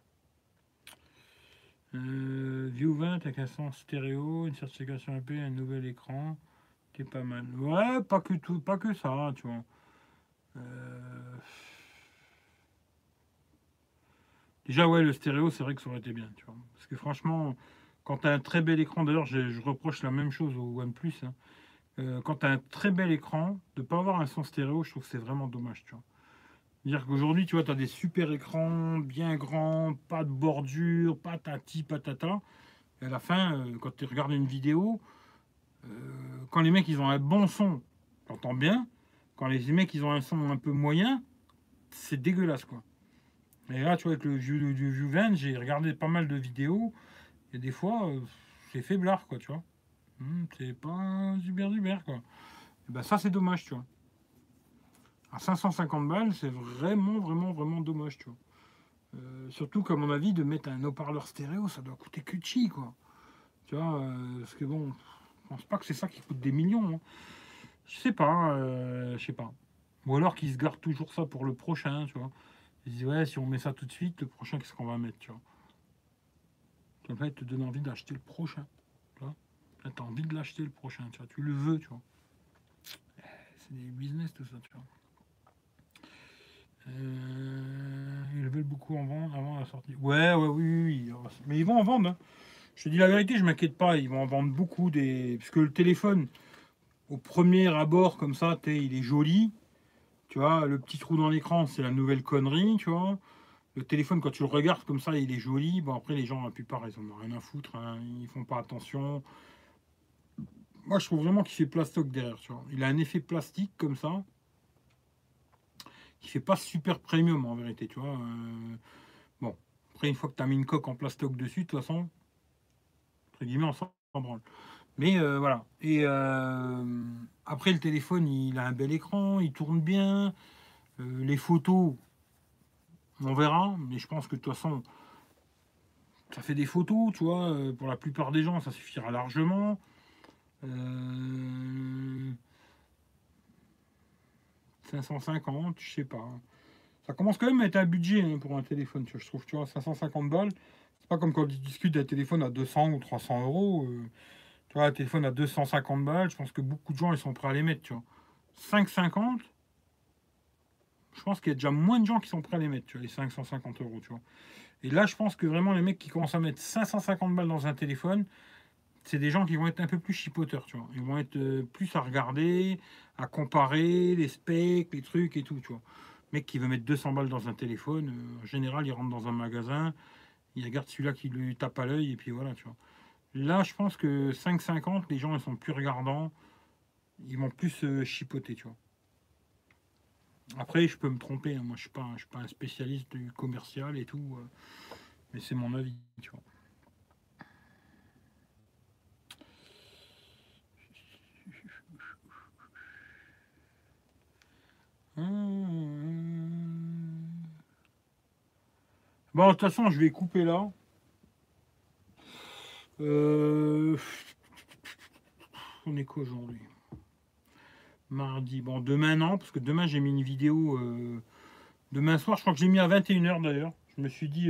View 20 avec un son stéréo, une certification AP, un nouvel écran. C'est pas mal. Ouais, pas que tout, pas que ça, tu vois. Euh, Déjà, ouais, le stéréo, c'est vrai que ça aurait été bien, tu vois. Parce que franchement, quand tu as un très bel écran, d'ailleurs, je reproche la même chose au OnePlus, hein. Quand tu as un très bel écran, de ne pas avoir un son stéréo, je trouve que c'est vraiment dommage, tu vois. C'est-à-dire qu'aujourd'hui, tu vois, tu as des super écrans, bien grands, pas de bordure, patati, patata. Et à la fin, quand tu regardes une vidéo, quand les mecs, ils ont un bon son, t'entends bien. Quand les mecs, ils ont un son un peu moyen, c'est dégueulasse, quoi. Et là, tu vois, avec le View 20, j'ai regardé pas mal de vidéos. Et des fois, c'est faiblard, quoi, tu vois. C'est pas super super, quoi. Et ben ça, c'est dommage, tu vois. À 550 balles, c'est vraiment, vraiment, vraiment dommage, tu vois. Surtout qu'à mon avis, de mettre un haut-parleur stéréo, ça doit coûter que chi, quoi. Tu vois, parce que bon, je pense pas que c'est ça qui coûte des millions, hein. Je sais pas, je sais pas. Ou alors qu'ils se gardent toujours ça pour le prochain, tu vois. Ils disent, ouais, si on met ça tout de suite, le prochain, qu'est-ce qu'on va mettre, tu vois. En fait, te donne envie d'acheter le prochain, tu vois. Là, t'as envie de l'acheter le prochain, tu vois. Tu le veux, tu vois. C'est des business, tout ça, tu vois. Ils veulent beaucoup en vendre avant la sortie. Ouais, ouais, oui, oui, oui. Mais ils vont en vendre, hein. Je te dis la vérité, je m'inquiète pas. Ils vont en vendre beaucoup. Parce que le téléphone, au premier abord, comme ça, il est joli. Tu vois, le petit trou dans l'écran, c'est la nouvelle connerie, tu vois. Le téléphone, quand tu le regardes comme ça, il est joli. Bon, après, les gens, la plupart, ils en ont rien à foutre, hein. Ils font pas attention. Moi, je trouve vraiment qu'il fait plastoc derrière, tu vois. Il a un effet plastique comme ça, qui fait pas super premium en vérité, tu vois. Bon, après, une fois que tu as mis une coque en plastoc dessus, de toute façon, entre guillemets, on s'en branle. Mais voilà. Et après, le téléphone, il a un bel écran, il tourne bien. Les photos, on verra. Mais je pense que de toute façon, ça fait des photos, tu vois. Pour la plupart des gens, ça suffira largement. Euh, 550, je sais pas. Ça commence quand même à être un budget, hein, pour un téléphone, tu vois, je trouve. Tu vois, 550 balles. C'est pas comme quand tu discutes d'un téléphone à 200 ou 300 euros. Tu vois, un téléphone à 250 balles, je pense que beaucoup de gens, ils sont prêts à les mettre, tu vois. 550, je pense qu'il y a déjà moins de gens qui sont prêts à les mettre, tu vois, les 550 euros, tu vois. Et là, je pense que vraiment, les mecs qui commencent à mettre 550 balles dans un téléphone, c'est des gens qui vont être un peu plus chipoteurs, tu vois. Ils vont être plus à regarder, à comparer les specs, les trucs et tout, tu vois. Le mec qui veut mettre 200 balles dans un téléphone, en général, il rentre dans un magasin, il regarde celui-là qui lui tape à l'œil, et puis voilà, tu vois. Là, je pense que 5,50, les gens, ils sont plus regardants, ils vont plus chipoter, tu vois. Après, je peux me tromper, hein. Moi, je suis pas un spécialiste du commercial et tout, mais c'est mon avis, tu vois. Bon, de toute façon, je vais couper là. Euh, On est quoi aujourd'hui? Mardi. Bon, demain, non, parce que demain, j'ai mis une vidéo. Demain soir, je crois que j'ai mis à 21 h d'ailleurs. Je me suis dit,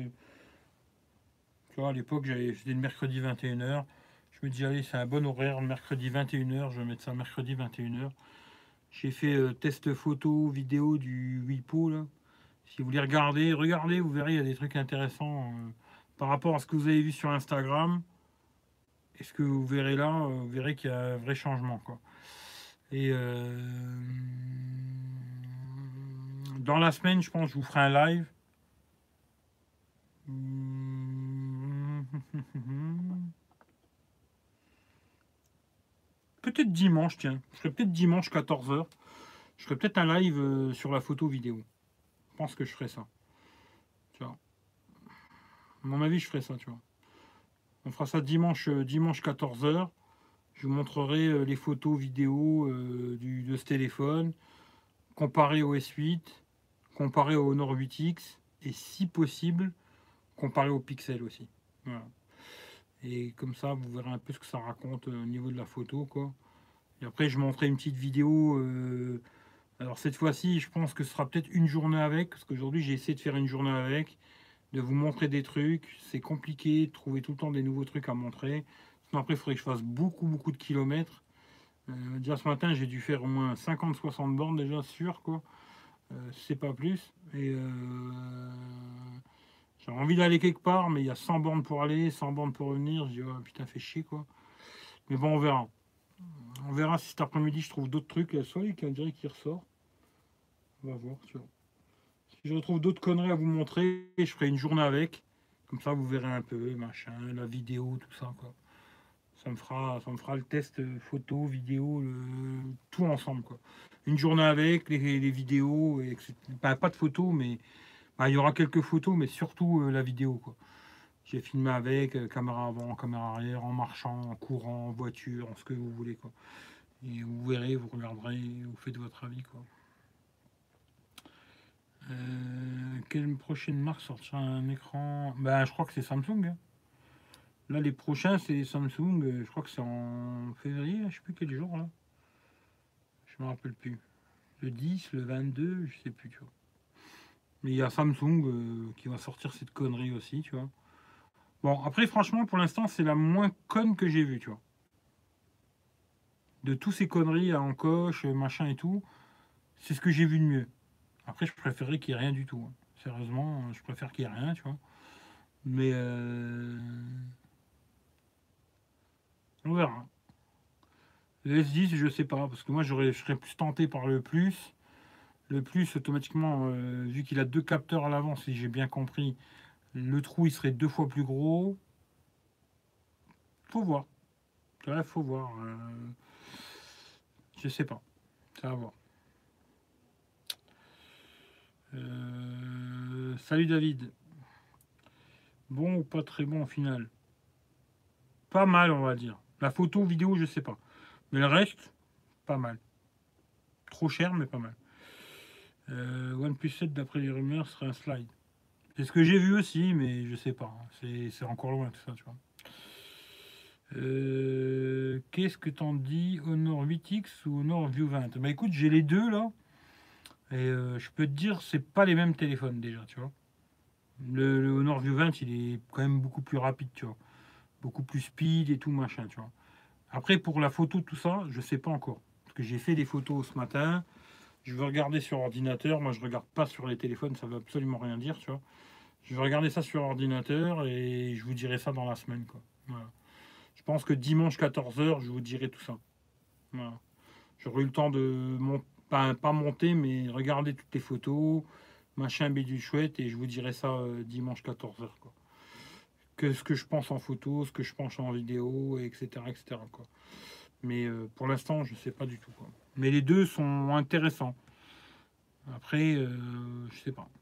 tu vois, à l'époque, c'était le mercredi 21 h. Je me dis, allez, c'est un bon horaire, le mercredi 21 h. Je vais mettre ça mercredi 21 h. J'ai fait test photo, vidéo du Wipo, là. Si vous voulez regarder, regardez, vous verrez, il y a des trucs intéressants par rapport à ce que vous avez vu sur Instagram. Et ce que vous verrez là, vous verrez qu'il y a un vrai changement, quoi. Et dans la semaine, je pense que je vous ferai un live. Peut-être dimanche, tiens. Je ferai peut-être dimanche 14 h. Je ferai peut-être un live sur la photo vidéo. Je pense que je ferai ça. Tu vois. À mon avis, je ferai ça, tu vois. On fera ça dimanche 14 h. Je vous montrerai les photos vidéos de ce téléphone, comparé au S8, comparé au Honor 8X, et si possible, comparé au Pixel aussi. Voilà. Et comme ça, vous verrez un peu ce que ça raconte au niveau de la photo, quoi. Et après, je montrerai une petite vidéo. Alors cette fois-ci, je pense que ce sera peut-être une journée avec, parce qu'aujourd'hui, j'ai essayé de faire une journée avec, de vous montrer des trucs. C'est compliqué de trouver tout le temps des nouveaux trucs à montrer. Sinon, après, il faudrait que je fasse beaucoup de kilomètres. Déjà ce matin, j'ai dû faire au moins 50-60 bornes déjà, sûr, quoi. C'est pas plus. Et j'ai envie d'aller quelque part, mais il y a 100 bornes pour aller, 100 bornes pour revenir. Je dis, oh, putain, fait chier, quoi. Mais bon, on verra. On verra si cet après-midi, je trouve d'autres trucs. Il y a le soleil qui dirait qu'il ressort. On va voir, tu vois. Si je retrouve d'autres conneries à vous montrer, je ferai une journée avec. Comme ça, vous verrez un peu, machin, la vidéo, tout ça, quoi. Ça me fera le test photo, vidéo, tout ensemble, quoi. Une journée avec, les vidéos, etc. Pas de photos, mais il y aura quelques photos, mais surtout la vidéo, quoi. J'ai filmé avec, caméra avant, caméra arrière, en marchant, en courant, en voiture, en ce que vous voulez, quoi. Et vous verrez, vous regarderez, vous faites votre avis, quoi. Quelle prochaine marque sortira un écran? Je crois que c'est Samsung, hein. Là, les prochains, c'est Samsung. Je crois que c'est en février. Je sais plus quel jour, là. Je me rappelle plus. Le 10, le 22, je sais plus, tu vois. Mais il y a Samsung qui va sortir cette connerie aussi, tu vois. Bon, après, franchement, pour l'instant, c'est la moins conne que j'ai vue, tu vois. De tous ces conneries à encoche, machin et tout, c'est ce que j'ai vu de mieux. Après, je préférerais qu'il n'y ait rien du tout, hein. Sérieusement, je préfère qu'il n'y ait rien, tu vois. Mais on verra. Le S10, je sais pas, parce que moi, je serais plus tenté par le plus. Le plus, automatiquement, vu qu'il a deux capteurs à l'avant, si j'ai bien compris, le trou, il serait 2 fois plus gros. Faut voir. Ouais, faut voir. Je sais pas. Ça va voir. Salut David. Bon ou pas très bon au final? Pas mal, on va dire. La photo, vidéo, je sais pas. Mais le reste, pas mal. Trop cher, mais pas mal. OnePlus 7, d'après les rumeurs, serait un slide. C'est ce que j'ai vu aussi, mais je sais pas. C'est encore loin tout ça, tu vois. Qu'est-ce que t'en dis, Honor 8X ou Honor View 20? Bah écoute, j'ai les deux là. Et je peux te dire, c'est pas les mêmes téléphones déjà, tu vois. Le Honor View 20, il est quand même beaucoup plus rapide, tu vois. Beaucoup plus speed et tout, machin, tu vois. Après, pour la photo, tout ça, je sais pas encore. Parce que j'ai fait des photos ce matin. Je veux regarder sur ordinateur. Moi, je regarde pas sur les téléphones, ça veut absolument rien dire, tu vois. Je vais regarder ça sur ordinateur et je vous dirai ça dans la semaine, quoi. Voilà. Je pense que dimanche 14 h, je vous dirai tout ça. Voilà. J'aurai eu le temps de pas monter, mais regarder toutes les photos, machin bidule chouette, et je vous dirai ça dimanche 14 h, quoi. Ce que je pense en photo, ce que je pense en vidéo, etc. etc. quoi. Mais pour l'instant, je sais pas du tout, quoi. Mais les deux sont intéressants. Après, je sais pas.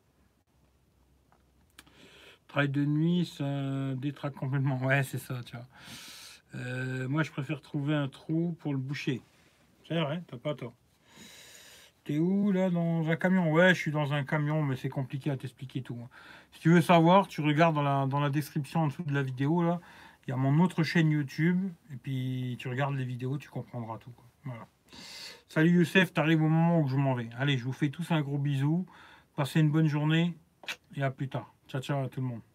Travail de nuit, ça détraque complètement. Ouais, c'est ça, tu vois. Moi, je préfère trouver un trou pour le boucher. C'est vrai, t'as pas tort. T'es où là, dans un camion? Ouais, je suis dans un camion, mais c'est compliqué à t'expliquer tout, hein. Si tu veux savoir, tu regardes dans la description en dessous de la vidéo là. Il y a mon autre chaîne YouTube. Et puis tu regardes les vidéos, tu comprendras tout, quoi. Voilà. Salut Youssef, t'arrives au moment où je m'en vais. Allez, je vous fais tous un gros bisou. Passez une bonne journée et à plus tard. Ciao ciao à tout le monde.